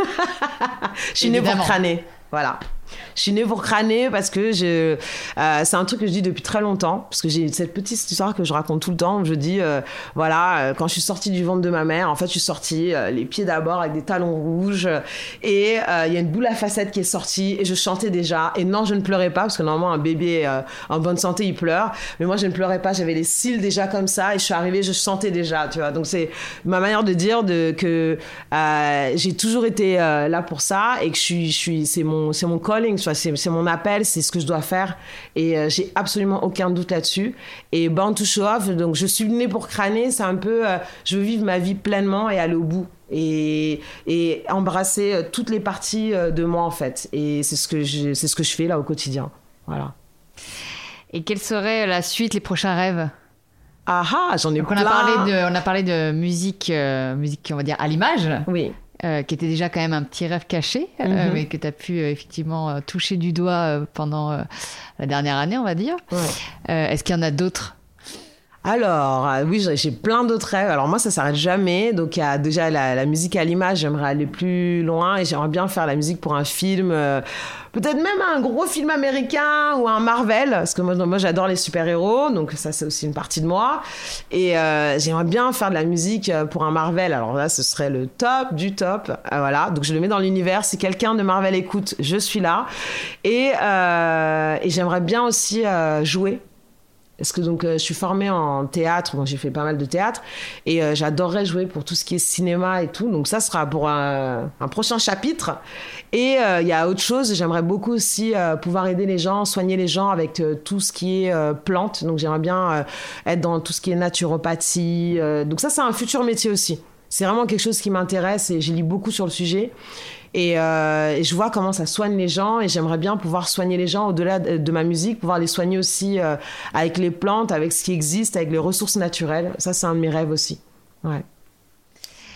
Je suis née pour crâner. Voilà. Je suis née pour crâner parce que je, euh, c'est un truc que je dis depuis très longtemps, parce que j'ai cette petite histoire que je raconte tout le temps où je dis, euh, voilà, euh, quand je suis sortie du ventre de ma mère, en fait, je suis sortie euh, les pieds d'abord avec des talons rouges et il euh, y a une boule à facettes qui est sortie et je chantais déjà. Et non, je ne pleurais pas parce que normalement, un bébé euh, en bonne santé, il pleure. Mais moi, je ne pleurais pas. J'avais les cils déjà comme ça et je suis arrivée, je chantais déjà, tu vois. Donc, c'est ma manière de dire de, que euh, j'ai toujours été euh, là pour ça et que je suis, je suis, c'est mon, c'est mon calling. C'est, c'est mon appel, c'est ce que je dois faire et euh, j'ai absolument aucun doute là-dessus. Et Born to Show Off, donc je suis née pour crâner, c'est un peu, euh, je veux vivre ma vie pleinement et aller au bout et, et embrasser euh, toutes les parties euh, de moi en fait. Et c'est ce que je, c'est ce que je fais là au quotidien. Voilà. Et quelle serait la suite, les prochains rêves ? Ah ah, j'en ai donc plein. On a parlé de, on a parlé de musique, euh, musique on va dire à l'image. Oui. Euh, qui était déjà quand même un petit rêve caché, mm-hmm. euh, mais que tu as pu euh, effectivement euh, toucher du doigt euh, pendant euh, la dernière année, on va dire. Ouais. Euh, est-ce qu'il y en a d'autres ? Alors, euh, oui, j'ai, j'ai plein d'autres rêves. Alors moi, ça s'arrête jamais. Donc, il y a déjà la, la musique à l'image. J'aimerais aller plus loin et j'aimerais bien faire la musique pour un film, euh, peut-être même un gros film américain ou un Marvel, parce que moi, moi j'adore les super-héros. Donc, ça, c'est aussi une partie de moi. Et euh, j'aimerais bien faire de la musique pour un Marvel. Alors là, ce serait le top du top. Euh, voilà. Donc, je le mets dans l'univers. Si quelqu'un de Marvel écoute, je suis là. Et, euh, et j'aimerais bien aussi euh, jouer. Parce que donc, euh, je suis formée en théâtre, donc j'ai fait pas mal de théâtre, et euh, j'adorerais jouer pour tout ce qui est cinéma et tout, donc ça sera pour un, un prochain chapitre. Et il euh, y a autre chose, j'aimerais beaucoup aussi euh, pouvoir aider les gens, soigner les gens avec euh, tout ce qui est euh, plantes, donc j'aimerais bien euh, être dans tout ce qui est naturopathie, euh, donc ça c'est un futur métier aussi. C'est vraiment quelque chose qui m'intéresse et j'ai lu beaucoup sur le sujet. Et, euh, et je vois comment ça soigne les gens et j'aimerais bien pouvoir soigner les gens au-delà de, de ma musique, pouvoir les soigner aussi euh, avec les plantes, avec ce qui existe, avec les ressources naturelles. Ça, c'est un de mes rêves aussi. Ouais.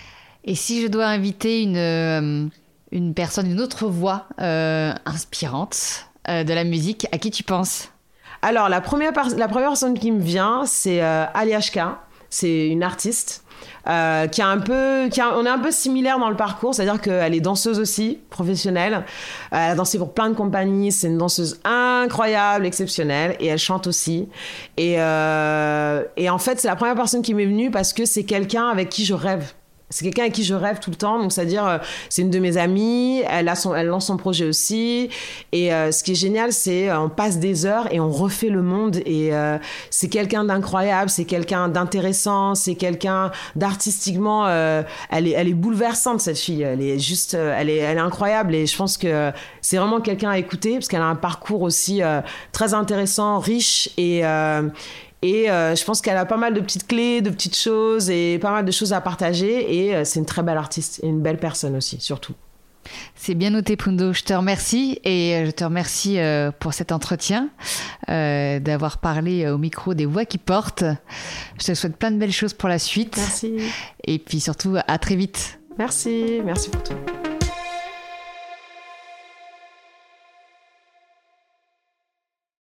Et si je dois inviter une, euh, une personne, une autre voix euh, inspirante euh, de la musique, à qui tu penses ? Alors, la première, par- la première personne qui me vient, c'est euh, Aliashka. C'est une artiste euh, qui a un peu, qui a, on est un peu similaire dans le parcours, c'est-à-dire qu'elle est danseuse aussi, professionnelle. Euh, elle a dansé pour plein de compagnies. C'est une danseuse incroyable, exceptionnelle, et elle chante aussi. Et, euh, et en fait, c'est la première personne qui m'est venue parce que c'est quelqu'un avec qui je rêve. C'est quelqu'un avec qui je rêve tout le temps, donc c'est-à-dire euh, c'est une de mes amies, elle a son, elle lance son projet aussi, et euh, ce qui est génial, c'est euh, on passe des heures et on refait le monde, et euh, c'est quelqu'un d'incroyable, c'est quelqu'un d'intéressant, c'est quelqu'un d'artistiquement, euh, elle est, elle est bouleversante cette fille, elle est juste, euh, elle est, elle est incroyable, et je pense que c'est vraiment quelqu'un à écouter parce qu'elle a un parcours aussi euh, très intéressant, riche et euh, Et euh, je pense qu'elle a pas mal de petites clés, de petites choses et pas mal de choses à partager. Et euh, c'est une très belle artiste et une belle personne aussi, surtout. C'est bien noté, Pundo. Je te remercie et je te remercie euh, pour cet entretien, euh, d'avoir parlé au micro des voix qui portent. Je te souhaite plein de belles choses pour la suite. Merci. Et puis surtout, à très vite. Merci. Merci pour tout.